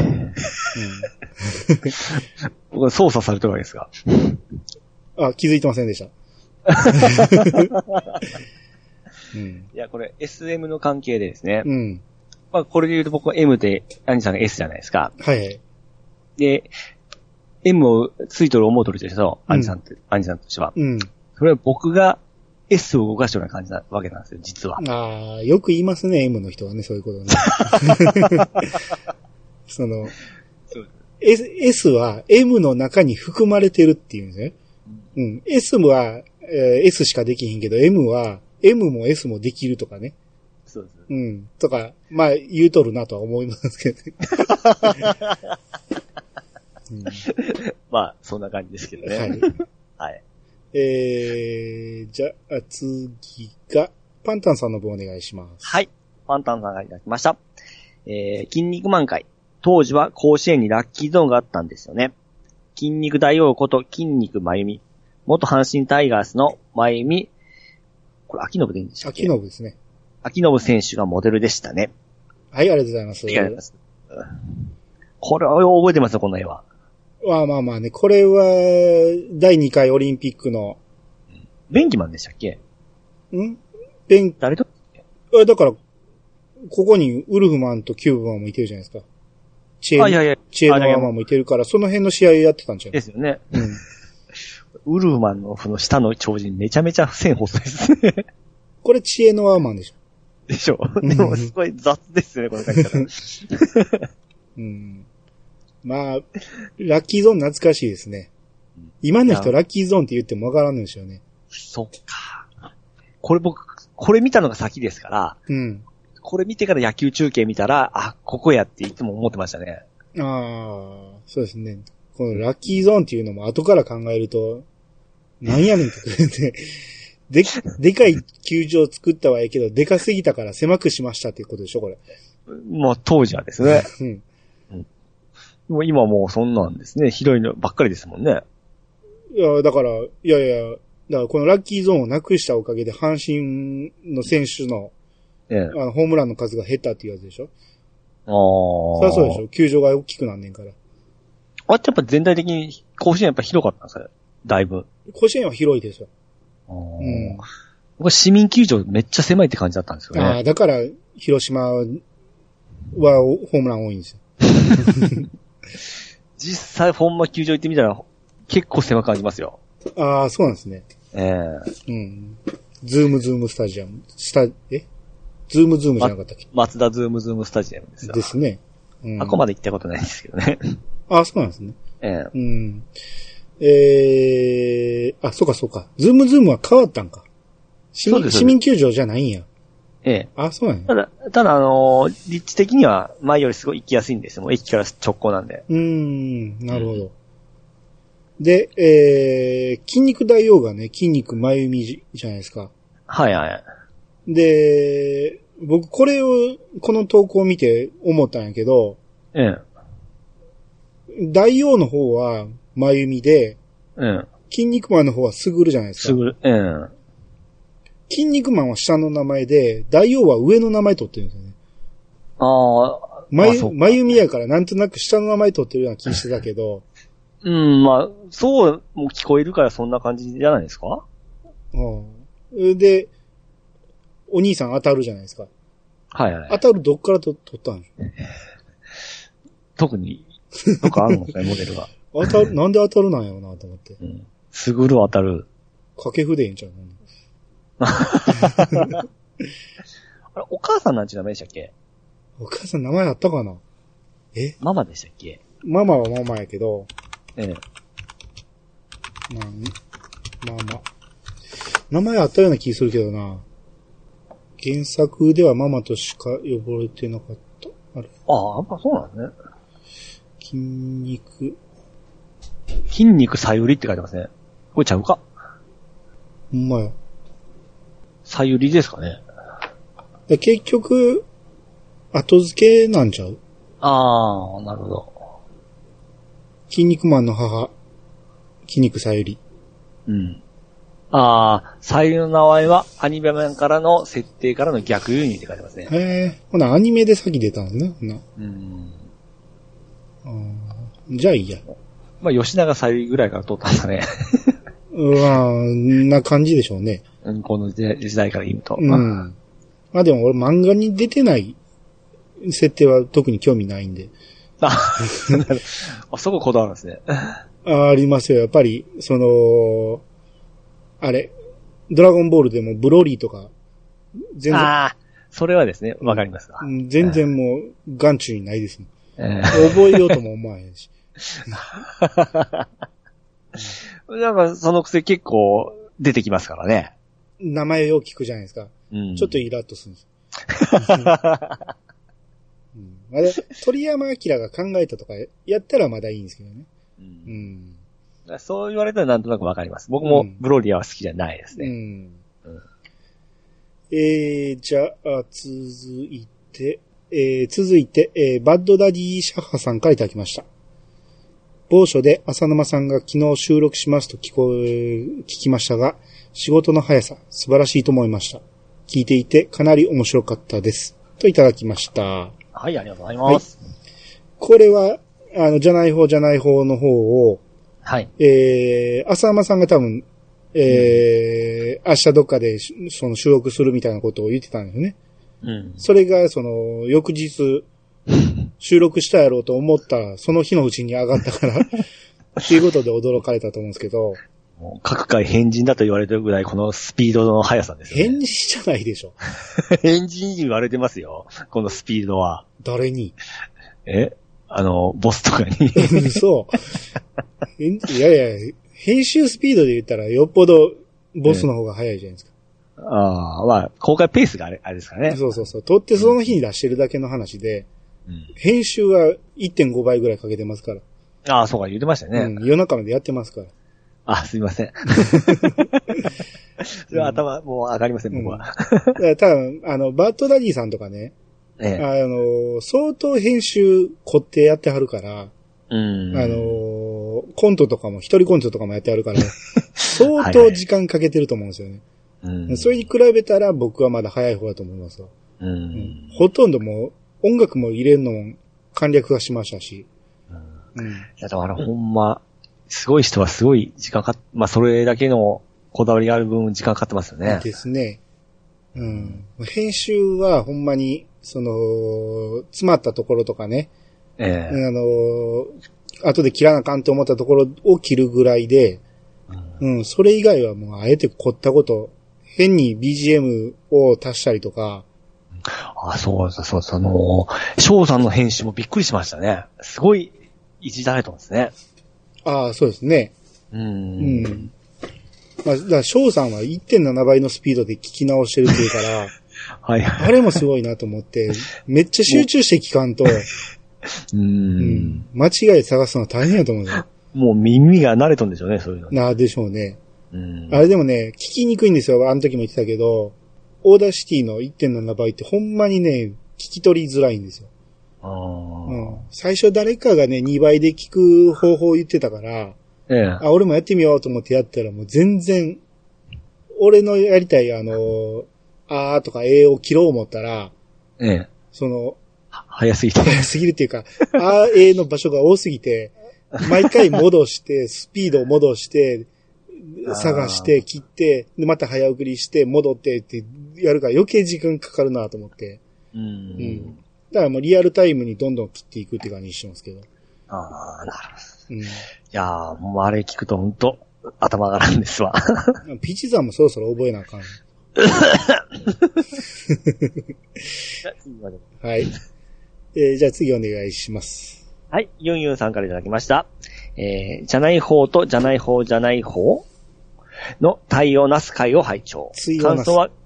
僕は操作されてるわけですか。 あ、気づいてませんでした。 いや、これ SM の関係でですね。まあ、これで言うと僕は M で、兄さんが S じゃないですか。 はい。 で、M をついとる思うとるでしょ、兄さんとしては。それは僕が S を動かしてるような感じなわけなんですよ、実は。 ああ、よく言いますね、M の人はね、そういうことね。その、S は M の中に含まれてるっていうんですね。S は、S しかできひんけど、M は M も S もできるとかね。 そうです。 とか、まあ、言うとるなとは思いますけどね。 まあ、そんな感じですけどね。はい。 じゃあ、次が、パンタンさんの分お願いします。 はい。パンタンさんがいただきました。筋肉満開。当時は甲子園にラッキーゾーンがあったんですよね。筋肉大王こと筋肉まゆみ。元阪神タイガースのまゆみ。これ、秋信でいいんでしたっけ？ 秋信ですね。 秋信選手がモデルでしたね。 はい、ありがとうございます。 ありがとうございます。これは覚えてますよ、この絵は。 まあまあね、これは、第2回オリンピックの。 ベンキマンでしたっけ？誰と？ だから、ここにウルフマンとキューブマンもいてるじゃないですか。チエノワマンもいてるから、その辺の試合やってたんじゃないですよね。ウルフマンのその下の超人めちゃめちゃ線細いですね。 これチエノワマンでしょ。 でしょ。でもすごい雑ですよね、この書き方。 まあ、ラッキーゾーン懐かしいですね。今の人ラッキーゾーンって言ってもわからんのでしょうね。 そっか。これ僕、これ見たのが先ですから、これ見てから野球中継見たら、あ、ここやっていつも思ってましたね。 ああ、そうですね。このラッキーゾーンっていうのも後から考えると、なんやねんってでかい球場作ったはいいけど、でかすぎたから狭くしましたっていうことでしょ、これ。 まあ、当時はですね。もう今もうそんなんですね。広いのばっかりですもんね。 いや、だから、だからこのラッキーゾーンをなくしたおかげで、阪神の選手の、ホームランの数が減ったっていうやつでしょ。そりゃそうでしょ。球場が大きくなんねんから。 あっちやっぱ全体的に甲子園やっぱ広かったんですか？だいぶ。 甲子園は広いですよ。 僕市民球場めっちゃ狭いって感じだったんですよね。 だから広島はホームラン多いんですよ。 実際本間球場行ってみたら結構狭く感じますよ。 そうなんですね。ズームスタジアム。ズームじゃなかったっけ？ 松田ズームスタジアムですよ。 ですね。 あこまで行ったことないんですけどね。 そうなんですね。そうか。ズームは変わったんか。市民球場じゃないんや。そうなんや。 ただ立地的には前よりすごい行きやすいんですよ。駅から直行なんで。 なるほど。で、筋肉大王がね、筋肉まゆみじゃないですか。 はいはい。 で、僕この投稿を見て思ったんやけど、大王の方はまゆみで、筋肉マンの方はすぐるじゃないですか。筋肉マンは下の名前で、大王は上の名前取ってるんですよね。まゆみやからなんとなく下の名前取ってるような気してたけど。 まあ、そうも聞こえるからそんな感じじゃないですか？ で、お兄さん当たるじゃないですか。 はいはい。 当たるどっから取ったんでしょう？ 特に、どっかあるのかね、モデルが。 なんで当たるなんやろうなと思って。 すぐる当たる。 掛け筆ええんちゃうの？ あれ、お母さんなんちゅう名前でしたっけ？ お母さん名前あったかな？ ママでしたっけ？ ママはママやけど。ママ。 名前あったような気するけどな。原作ではママとしか呼ばれてなかった。あれ。 ああ、やっぱそうなんですね。筋肉さゆりって書いてますね。これちゃうか？ ほんまや。 さゆりですかね。 結局、後付けなんちゃう？ ああ、なるほど。 筋肉マンの母、筋肉さゆり。 うん。ああ、さゆりの名前はアニメ版からの設定からの逆輸入って書いてますね。 へえ。ほな、アニメで先出たんね。じゃあいいや。 まあ、吉永さゆりぐらいから通ったんですかね。 な感じでしょうね。 この時代から言うと。 うん。まあでも俺漫画に出てない設定は特に興味ないんで。 あ、そここだわるんですね。 ありますよ。やっぱり、あれ、ドラゴンボールでもブロリーとか、 全然。ああ、それはですね、わかりますわ。 全然もう、眼中にないですもん。覚えようとも思わへんし。 なんか、その癖結構出てきますからね。 名前を聞くじゃないですか。ちょっとイラッとするんです。鳥山明が考えたとかやったらまだいいんですけどね。 そう言われたらなんとなくわかります。僕もブロリアは好きじゃないですね。 じゃあ、続いて、バッドダディシャッハさんからいただきました。某所で浅沼さんが昨日収録しますと聞きましたが、仕事の速さ、素晴らしいと思いました。聞いていてかなり面白かったです。といただきました。 はい、ありがとうございます。はい、 これは、じゃない方の方を、 はい。 浅沼さんが多分、明日どっかでその収録するみたいなことを言ってたんですよね。それが、翌日、収録したやろうと思ったその日のうちに上がったから、っていうことで驚かれたと思うんですけど。 もう各回変人だと言われてるぐらいこのスピードの速さですね。 変人じゃないでしょ。 変人に言われてますよ。このスピードは。 誰に？ ボスとかに。 そう。いや、編集スピードで言ったらよっぽどボスの方が速いじゃないですか。 ああ、まあ、公開ペースがあれですからね。 そう。撮ってその日に出してるだけの話で、編集は 1.5 倍ぐらいかけてますから。 ああ、そうか、言ってましたね。 夜中までやってますから。 あ、すいません。それは頭、もう上がりません、僕は。 多分、バッドダディさんとかね、相当編集凝ってやってはるから、コントとかも、一人コントとかもやってはるから、相当時間かけてると思うんですよね。それに比べたら僕はまだ早い方だと思いますわ。ほとんどもう音楽も入れるのも簡略化しましたし。 いや、だからほんま、すごい人はすごい時間かかっ、まあそれだけのこだわりがある分時間かかってますよね。 ですね。編集はほんまに、詰まったところとかね。後で切らなあかんと思ったところを切るぐらいで、それ以外はもうあえて凝ったこと、変に BGM を足したりとか。 あ、そう、翔さんの編集もびっくりしましたね。すごい、いじられてますね。 ああ、そうですね。まあ、だから翔さんは 1.7 倍のスピードで聞き直してるっていうから、 はい。 あれもすごいなと思って、めっちゃ集中して聞かんと、間違い探すのは大変やと思うよ。 もう耳が慣れとんでしょうね、そういうの。 でしょうね。あれでもね、聞きにくいんですよ。あの時も言ってたけど、オーダーシティの 1.7 倍ってほんまにね、聞き取りづらいんですよ。最初誰かがね、2倍で聞く方法を言ってたから、俺もやってみようと思ってやったらもう全然、俺のやりたいあーとかを切ろう思ったら、 早すぎて。 早すぎるっていうか、の場所が多すぎて、毎回戻して、スピードを戻して、探して、切って、でまた早送りして、戻ってってやるから余計時間かかるなと思って。だからもうリアルタイムにどんどん切っていくって感じにしてますけど。 なるほど。いやー、もうあれ聞くとほんと、頭上がらんですわ。 ピチさんもそろそろ覚えなあかん。はい。じゃあ次お願いします。 はい、ユンユンさんからいただきました。じゃない方とじゃない方じゃない方。 の太陽なす会を拝聴。感想は、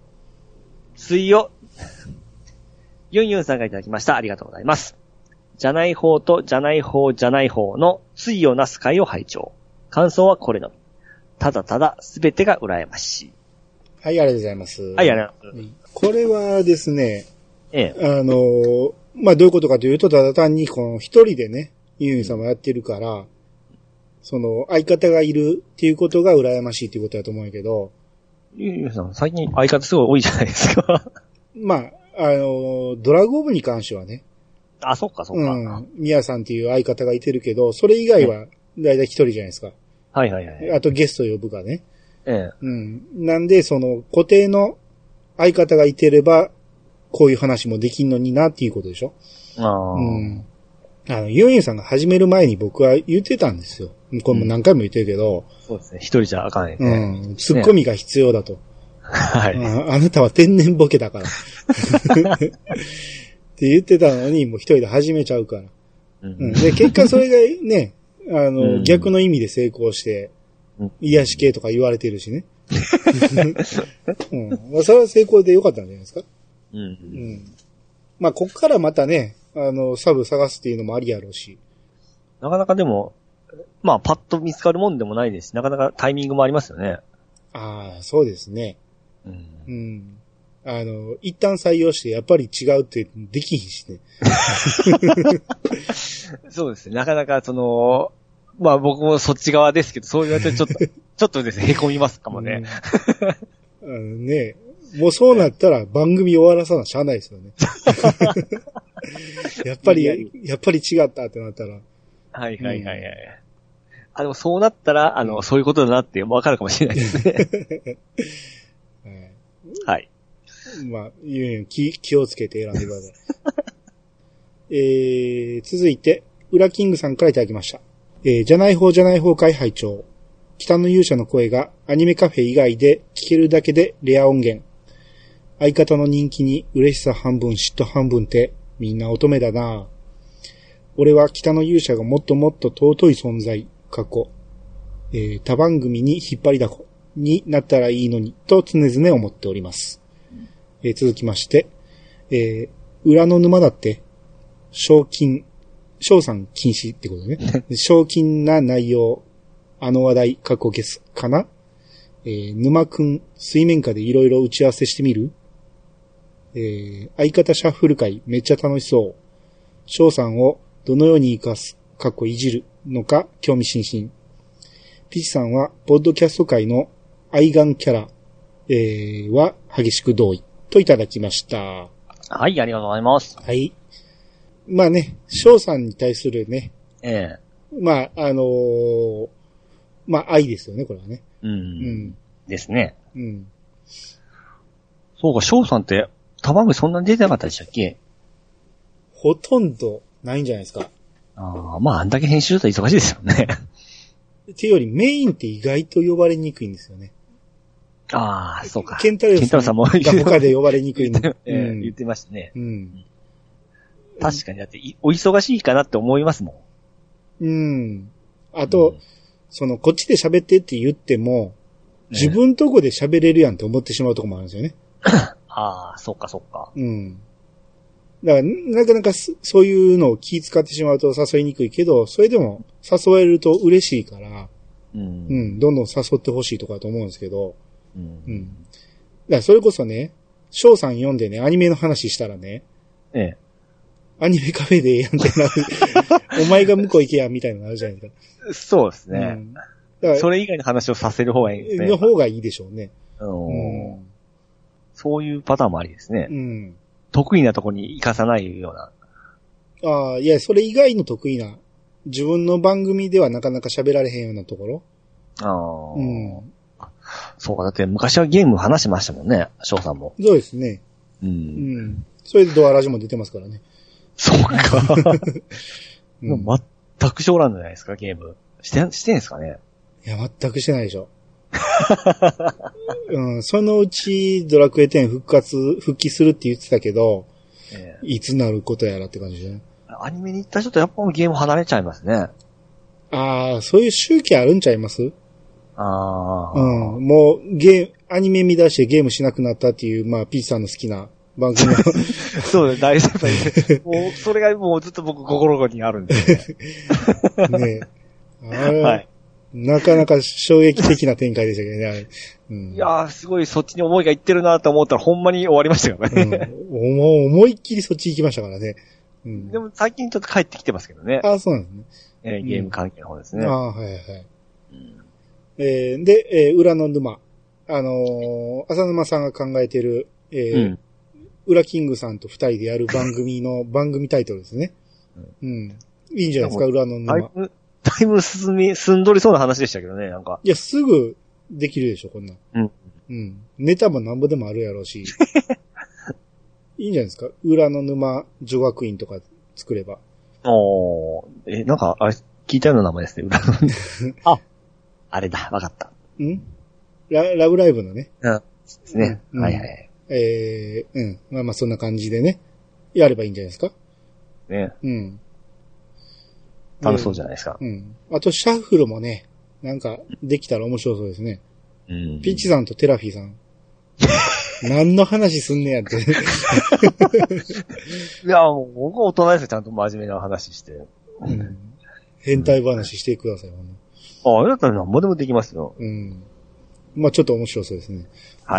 ユンユンさんがいただきました。ありがとうございます。じゃない方とじゃない方じゃない方の対をなす会を拝聴。感想はこれのみ。ただただすべてが羨ましい。 はい、ありがとうございます。 はい、ありがとうございます。 これはですね、 ええ。 まあ、どういうことかというと、ただ単にこの一人でね、ユンユンさんもやってるから、その相方がいるっていうことが羨ましいっていうことだと思うんやけど。 ユンユンさん、最近相方すごい多いじゃないですか。 まあ、ドラゴブに関してはね。 あ、そっかそっか。 うん。ミヤさんっていう相方がいてるけど、それ以外はだいたい一人じゃないですか。 はいはいはい。 あとゲスト呼ぶかね。 ええ。 うん。なんで、その固定の相方がいてれば、こういう話もできんのになっていうことでしょ。 ああ。 うん。ユンユンさんが始める前に僕は言ってたんですよ。これも何回も言ってるけど。 そうですね。一人じゃあかんね。 うん。ツッコミが必要だと。 はい。 あなたは天然ボケだから。って言ってたのに、もう一人で始めちゃうから。うん、で、結果それがね、逆の意味で成功して、癒し系とか言われてるしね。うん。まあ、それは成功でよかったんじゃないですか。うん。まあ、こっからまたね、サブ探すっていうのもありやろうし。 なかなかでも、まあ、パッと見つかるもんでもないですし、なかなかタイミングもありますよね。 ああ、そうですね。うん。一旦採用してやっぱり違うってできひんしね。 そうですね。なかなかまあ僕もそっち側ですけど、そう言われてちょっとですね、凹みますかもね。 ねもうそうなったら番組終わらさなしゃあないですよね。やっぱり違ったってなったら。 はいはいはいはい。でもそうなったら、そういうことだなってわかるかもしれないですね。はい。 まあ、気をつけて選んでください。続いて、ウラキングさんからいただきました。じゃない方会拝聴。北の勇者の声がアニメカフェ以外で聞けるだけでレア音源。相方の人気に嬉しさ半分嫉妬半分ってみんな乙女だな。俺は北の勇者がもっともっと尊い存在、過去。他番組に引っ張りだこになったらいいのにと常々思っております。続きまして、裏の沼だって、賞賛禁止ってことね。賞金な内容、話題、過去ゲスかな。沼くん、水面下でいろいろ打ち合わせしてみる。相方シャッフル会、めっちゃ楽しそう。賞賛をどのように活かす、過去いじるのか、興味津々。ピチさんは、ポッドキャスト界の愛玩キャラ、は激しく同意。といただきました。 はい、ありがとうございます。 はい。まあね、翔さんに対するね。まあ、まあ愛ですよね、これはね。 うん。ですね。 うん。 そうか、翔さんって、たまぐそんなに出てなかったでしたっけ？ ほとんどないんじゃないですか。 まあ、あんだけ編集だと忙しいですよね。 っていうよりメインって意外と呼ばれにくいんですよね。 そうか。 ケンタロウさんも他で呼ばれにくいの。 言ってましたね。 うん。 確かに、だって、お忙しいかなって思いますもん。うん。あと、こっちで喋ってって言っても、自分とこで喋れるやんって思ってしまうとこもあるんですよね。 そっかそっか。 うん。だから、なかなかそういうのを気遣ってしまうと誘いにくいけど、それでも誘えると嬉しいから、どんどん誘ってほしいとかと思うんですけど、だからそれこそね、翔さん読んでね、アニメの話したらね、アニメカフェでええやんってなる。お前が向こう行けやんみたいなのあるじゃないですか。 そうですね。だからそれ以外の話をさせる方がいいですね。 の方がいいでしょうね。 そういうパターンもありですね。得意なとこに行かさないような。いや、それ以外の得意な、自分の番組ではなかなか喋られへんようなところ。 そうか、だって昔はゲーム話しましたもんね、翔さんも。 そうですね。それでドアラジも出てますからね。 そうか。もう全く将来じゃないですか、ゲーム。してんすかね。 いや、全くしてないでしょ。そのうちドラクエ10復帰するって言ってたけど、いつなることやらって感じでね。 アニメに行った人とやっぱゲーム離れちゃいますね。 そういう周期あるんちゃいます？ ああ。 うん。もう、アニメ見出してゲームしなくなったっていう、まあ、ピーチさんの好きな番組の。 そうです、大先輩で。もう、それがもうずっと僕心にあるんで、ね。 ねえ。はい。なかなか衝撃的な展開でしたけどね、あれ。うん、 いやー、すごいそっちに思いがいってるなと思ったらほんまに終わりましたよね。 うん、思いっきりそっち行きましたからね。うん、 でも最近ちょっと帰ってきてますけどね。 ああ、そうなんですね。 ゲーム関係の方ですね。 ああ、はいはい。で、裏の沼。浅沼さんが考えてる、裏キングさんと二人でやる番組の番組タイトルですね。うん。いいんじゃないですか、裏の沼。 だいぶ進んどりそうな話でしたけどね、なんか。 いや、すぐできるでしょ、こんなん。 うん。 うん。ネタもなんぼでもあるやろうし。いいんじゃないですか。裏の沼女学院とか作れば。 なんか、あれ、聞いたような名前ですね、裏の沼。あれだ、わかった。 ラブライブのね。 うん。ですね。はいはい。 まあまあそんな感じでね。やればいいんじゃないですか。 ね。 うん。 楽しそうじゃないですか。 うん。あと、シャッフルもね、なんか、できたら面白そうですね。 うん。 ピッチさんとテラフィーさん。何の話すんねやって。いや、もう僕は大人ですよ、ちゃんと真面目な話して。 うん。変態話してください、 あれだったら何もでもできますよ。 うん。まあちょっと面白そうですね。 はい。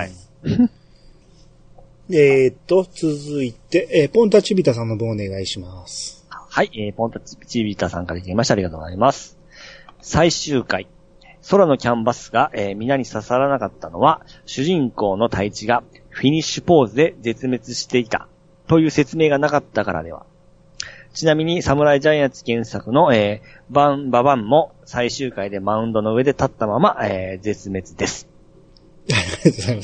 続いて、ポンタチビタさんの分お願いします。 はい、ポンタチビタさんからいただきました。ありがとうございます。最終回。空のキャンバスが、皆に刺さらなかったのは、主人公の太一がフィニッシュポーズで絶滅していたという説明がなかったからでは。ちなみに、サムライジャイアンツ原作の、ババンも最終回でマウンドの上で立ったまま、絶滅です。 ありがとうございます。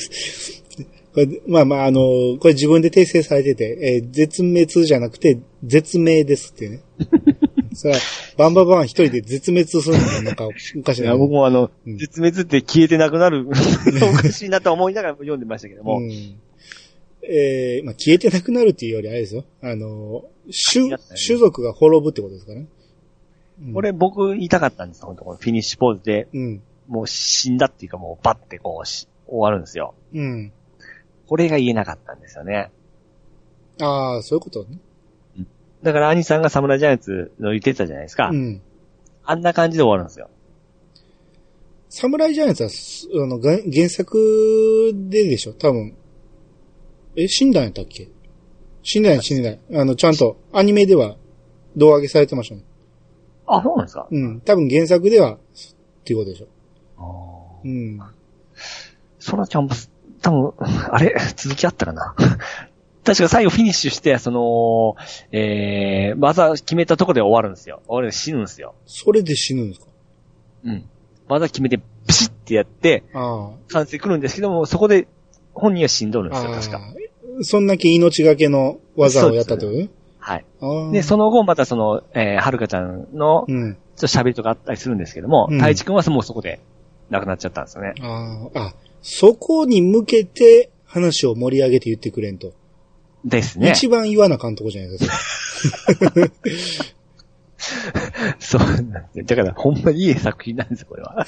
これまあまあ、これ自分で訂正されてて、絶滅じゃなくて、絶命ですってね。それは、バンババン一人で絶滅するのがなんかおかしいな。 いや、僕も絶滅って消えてなくなる、おかしいなと思いながら読んでましたけども。 まあ、消えてなくなるっていうよりあれですよ。種族が滅ぶってことですかね。 これ僕言いたかったんですよ、本当このフィニッシュポーズで。もう死んだっていうかもうバッてこう終わるんですよ。これが言えなかったんですよね。 ああ、そういうことね。 だから兄さんがサムライジャイアンツの言ってたじゃないですか。あんな感じで終わるんですよ。 サムライジャイアンツは、原作ででしょ多分。死んだんやったっけ？死んだん。ちゃんとアニメでは胴上げされてましたね。 あ、そうなんですか？ 多分原作では、っていうことでしょ。 そらちゃんも、多分、あれ続きあったかな確か最後フィニッシュして、技決めたところで終わるんですよ。終わるで死ぬんですよ。 それで死ぬんですか？ 技決めて、ピシッてやって、完成来るんですけども、そこで本人は死んどるんですよ、確か。 そんだけ命がけの技をやったという？ はい。で、その後またはるかちゃんの、ちょっと喋りとかあったりするんですけども、太一くんはもうそこで亡くなっちゃったんですよね。 そこに向けて話を盛り上げて言ってくれんと。 ですね。 一番言わなかんとこじゃないですか。 そうなんですよ。だからほんまにいい作品なんですよ、これは。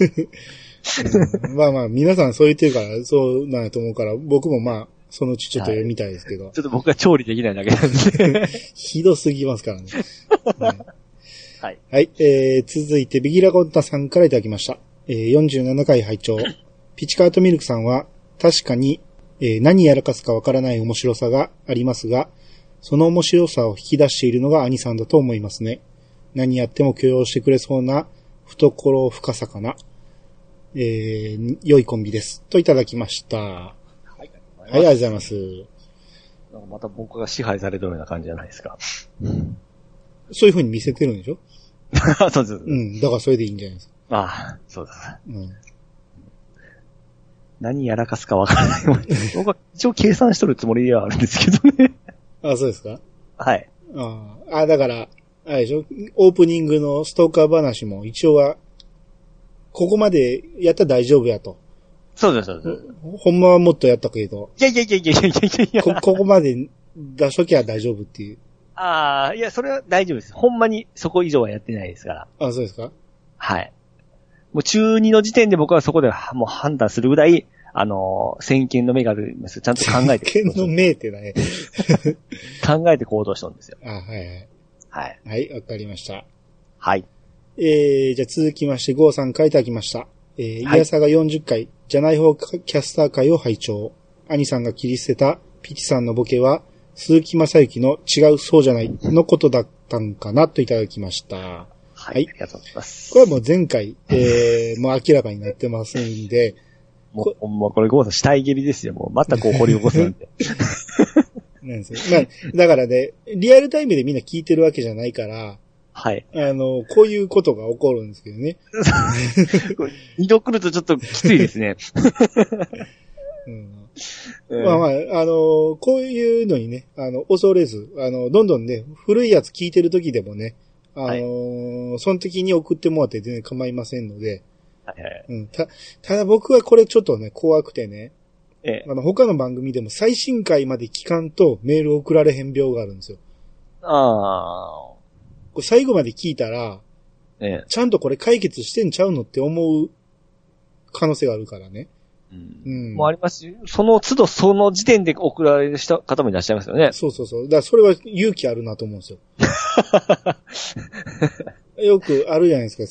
まあまあ、皆さんそう言ってるから、そうなんやと思うから、僕もまあ、そのうちちょっと読みたいですけど。 ちょっと僕は調理できないだけなんで。 ひどすぎますからね。 はい。 はい。続いて、ビギラゴンタさんからいただきました。47回拝聴ピチカートミルクさんは、確かに、何やらかすかわからない面白さがありますが、その面白さを引き出しているのが兄さんだと思いますね。何やっても許容してくれそうな懐深さかな。良いコンビです。といただきました。はい、ありがとうございます。 なんかまた僕が支配されてるような感じじゃないですか。 そういう風に見せてるんでしょ？ そうです。 だからそれでいいんじゃないですか。 ああ、そうです。何やらかすかわからない。僕は一応計算しとるつもりではあるんですけどね。 あ、そうですか？ はい。 だから、あれでしょ？オープニングのストーカー話も一応は、ここまでやったら大丈夫やと。 そうです、そうです。 ほんまはもっとやったけど。 いや。 ここまで出しときゃ大丈夫っていう。 ああ、いや、それは大丈夫です。ほんまにそこ以上はやってないですから。 あ、そうですか？ はい。 もう中2の時点で僕はそこでもう判断するぐらい、先見の目があるんですよ。ちゃんと考えて。 先見の目ってね。 考えて行動したんですよ。 あ、はいはい。 はい。 はい、わかりました。 はい。 じゃあ続きまして、ゴーさん書いてあきました。イヤサが40回、じゃない方キャスター会を拝聴。兄さんが切り捨てたピチさんのボケは、鈴木正幸の違うそうじゃないのことだったんかなといただきました。はい。 ありがとうございます。 これはもう前回、もう明らかになってますんで、 もうこれゴーさん死体蹴りですよ。もうまたこう掘り起こすなんて。 なんですよ。まあ、だからね、リアルタイムでみんな聞いてるわけじゃないから、 はい。 こういうことが起こるんですけどね。 二度来るとちょっときついですね。 まあまあ、こういうのにね、恐れず、どんどんね、古いやつ聞いてる時でもね、はい、その時に送ってもらって全然構いませんので、 はいはい、 うん、ただ僕はこれちょっとね、怖くてね、他の番組でも最新回まで聞かんとメール送られへん病があるんですよ。 ああ。 これ最後まで聞いたら、ちゃんとこれ解決してんちゃうのって思う可能性があるからね。 うん。もうありますし、その都度その時点で送られした方もいらっしゃいますよね。 そうそうそう。だからそれは勇気あるなと思うんですよ。よくあるじゃないですか、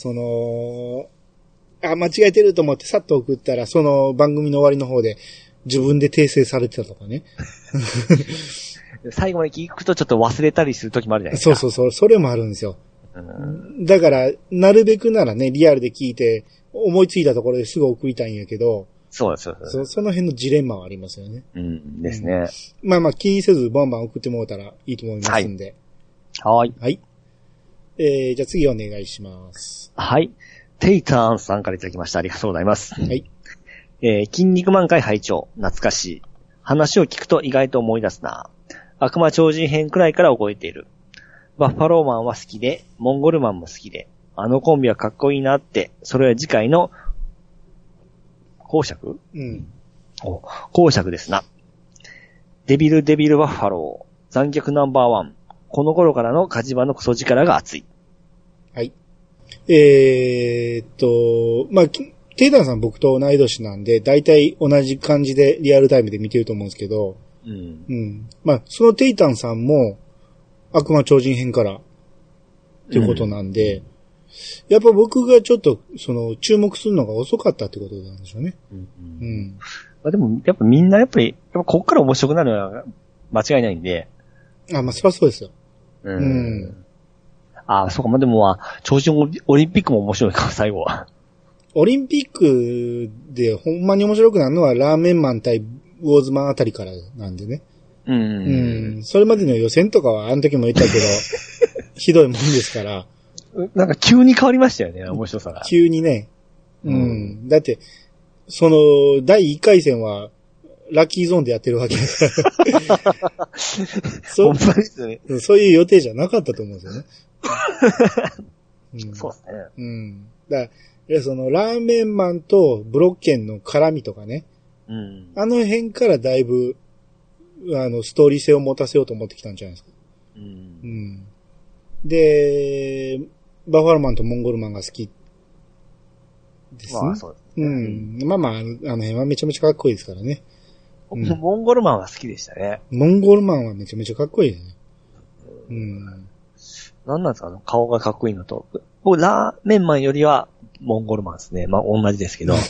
間違えてると思ってさっと送ったら、その番組の終わりの方で自分で訂正されてたとかね。 最後まで聞くとちょっと忘れたりする時もあるじゃないですか。 そうそうそう、それもあるんですよ。だから、なるべくならね、リアルで聞いて、思いついたところですぐ送りたいんやけど、 そうです。 その辺のジレンマはありますよね。 ですね。 まあまあ気にせずバンバン送ってもらったらいいと思いますんで。 はい。 はい。じゃあ次お願いします。 はい。テイターンさんからいただきました。ありがとうございます。 はい。 筋肉満開拝聴。懐かしい。話を聞くと意外と思い出すな。悪魔超人編くらいから覚えている。バッファローマンは好きで、モンゴルマンも好きで、あのコンビはかっこいいなって、それは次回の公爵？公爵ですな。デビルバッファロー、残虐ナンバーワン。この頃からの火事場のクソ力が熱い。 はい。まあ、テイタンさん僕と同い年なんで、だいたい同じ感じでリアルタイムで見てると思うんですけど、まあ、そのテイタンさんも、悪魔超人編からっていうことなんで、やっぱ僕がちょっと、注目するのが遅かったってことなんでしょうね。 まあ、でも、やっぱみんなこっから面白くなるのは間違いないんで。 まあ、そりゃそうですよ。 そうか、まあ、でも超人オリンピックも面白いか、最後は。 オリンピックでほんまに面白くなるのはラーメンマン対ウォーズマンあたりからなんでね。それまでの予選とかはあの時も言ったけど、ひどいもんですから。 なんか急に変わりましたよね、面白さが。 急にね。だって、第1回戦は、ラッキーゾーンでやってるわけですから。 ほんまですね。 そういう予定じゃなかったと思うんですよね。 そうですね。 だから、ラーメンマンとブロッケンの絡みとかね。あの辺からだいぶ、ストーリー性を持たせようと思ってきたんじゃないですか。で、バファローマンとモンゴルマンが好きですね。まあそうですね。まあまあ、あの辺はめちゃめちゃかっこいいですからね。 モンゴルマンは好きでしたね。 モンゴルマンはめちゃめちゃかっこいいですね。 なんなんですか顔がかっこいいのと。僕、ラーメンマンよりは、モンゴルマンですね。まあ、同じですけど。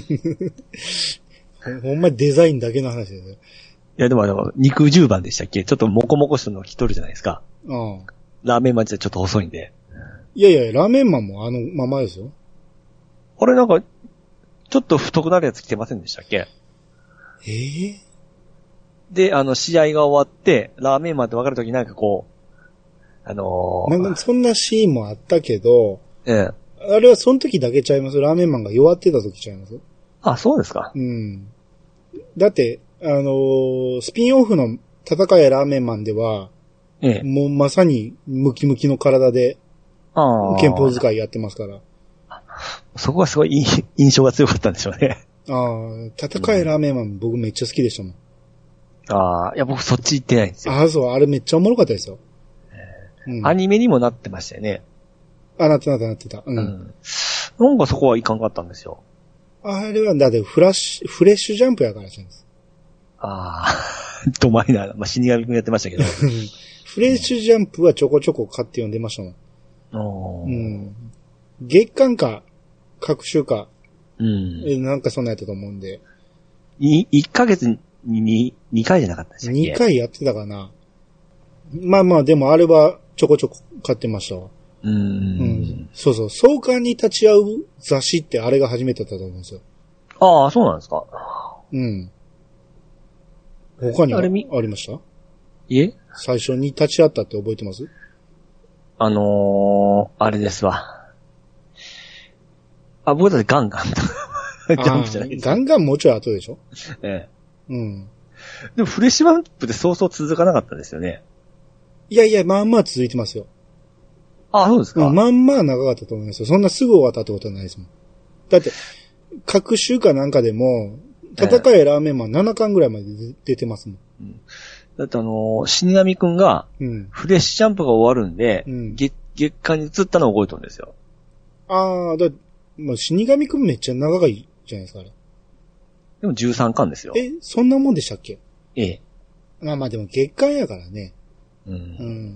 ほんまデザインだけの話ですよ。いや、でも、肉十番でしたっけちょっとモコモコしたの着とるじゃないですか。ラーメンマンじゃちょっと細いんで。 いやいや、ラーメンマンもあのままですよ。 あれなんか、ちょっと太くなるやつ着てませんでしたっけで、試合が終わって、ラーメンマンって分かるときなんかこう、 なんかそんなシーンもあったけど、あれはその時だけちゃいます。ラーメンマンが弱ってた時ちゃいます。 あ、そうですか。 だって、スピンオフの戦いラーメンマンでは、もうまさにムキムキの体で、憲法使いやってますから。 そこはすごい印象が強かったんでしょうね。 戦いラーメンマン僕めっちゃ好きでしたもん。 いや僕そっち行ってないんですよ。 そう、あれめっちゃおもろかったですよ。 アニメにもなってましたよね。 なってた。 なんかそこはいかんかったんですよ。 あれは、だってフレッシュジャンプやからじゃないですか。 ああ、とマイナーな。まあ、死神くんやってましたけど。 フレッシュジャンプはちょこちょこ買って読んでましたもん。うん。月間か、各週か。うん。なんかそんなやったと思うんで。 1ヶ月に2回じゃなかったでしたっけ？ 2 回やってたかな。まあまあ、でもあれはちょこちょこ買ってましたわ。うん。そうそう。創刊に立ち会う雑誌ってあれが初めてだったと思うんですよ。 ああ、そうなんですか。 うん。他にありました？ いえ？ 最初に立ち会ったって覚えてます？ あれですわ。あ、僕だってガンガンと。ジャンプじゃないですか。 ガンガンもうちょい後でしょ？ ええ。うん。でもフレッシュバンプでそうそう続かなかったですよね。 いやいや、まあまあ続いてますよ。 あ、そうですか。 うん、まあまあ長かったと思いますよ。そんなすぐ終わったってことはないですもん。だって、各週かなんかでも、戦いラーメンマン7巻ぐらいまで出てますもん。うん、 だって死神くんが、フレッシュジャンプが終わるんで、月間に移ったのを覚えてるんですよ。 ああ、まあ、死神くんめっちゃ長いじゃないですか、あれ。 でも13巻ですよ。 そんなもんでしたっけ？ ええ。 まあまあでも月間やからね。うん。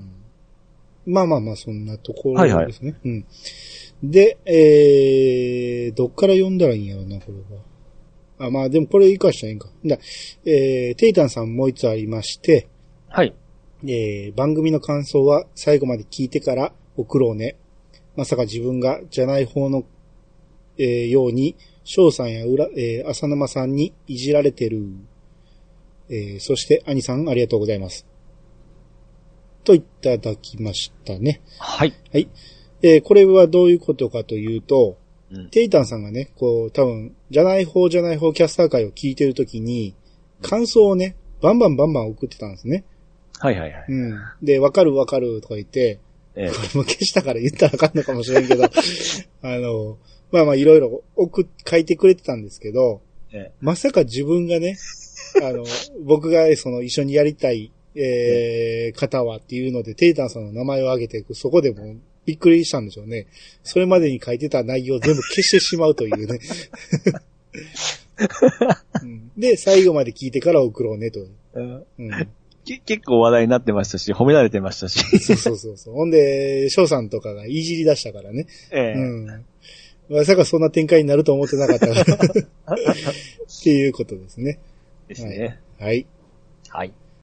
まあまあまあ、そんなところですね。はいはい。うん。で、どっから読んだらいいんやろな、これは。あ、まあでもこれ生かしたらいいんか。テイタンさんもう一つありまして、 はい。 番組の感想は最後まで聞いてから送ろうね。まさか自分がじゃない方の、ように、翔さんや浅沼さんにいじられてる。そして兄さんありがとうございます。といただきましたね。 はい。 はい。これはどういうことかというと、テイタンさんがね、こう、多分、じゃない方キャスター会を聞いてるときに、感想をね、バンバン送ってたんですね。 はいはいはい。 うん。で、わかるとか言って、これも消したから言ったらあかんのかもしれんけど、まあまあいろいろ書いてくれてたんですけど、まさか自分がね、僕が一緒にやりたい、方はっていうので、テイタンさんの名前を挙げて、そこでもびっくりしたんでしょうね。それまでに書いてた内容を全部消してしまうというね。で、最後まで聞いてから送ろうねと。 結構話題になってましたし、褒められてましたし。 そう。ほんで、翔さんとかがいじり出したからね。まさかそんな展開になると思ってなかったから。っていうことですね。 ですね。 はい。 はい。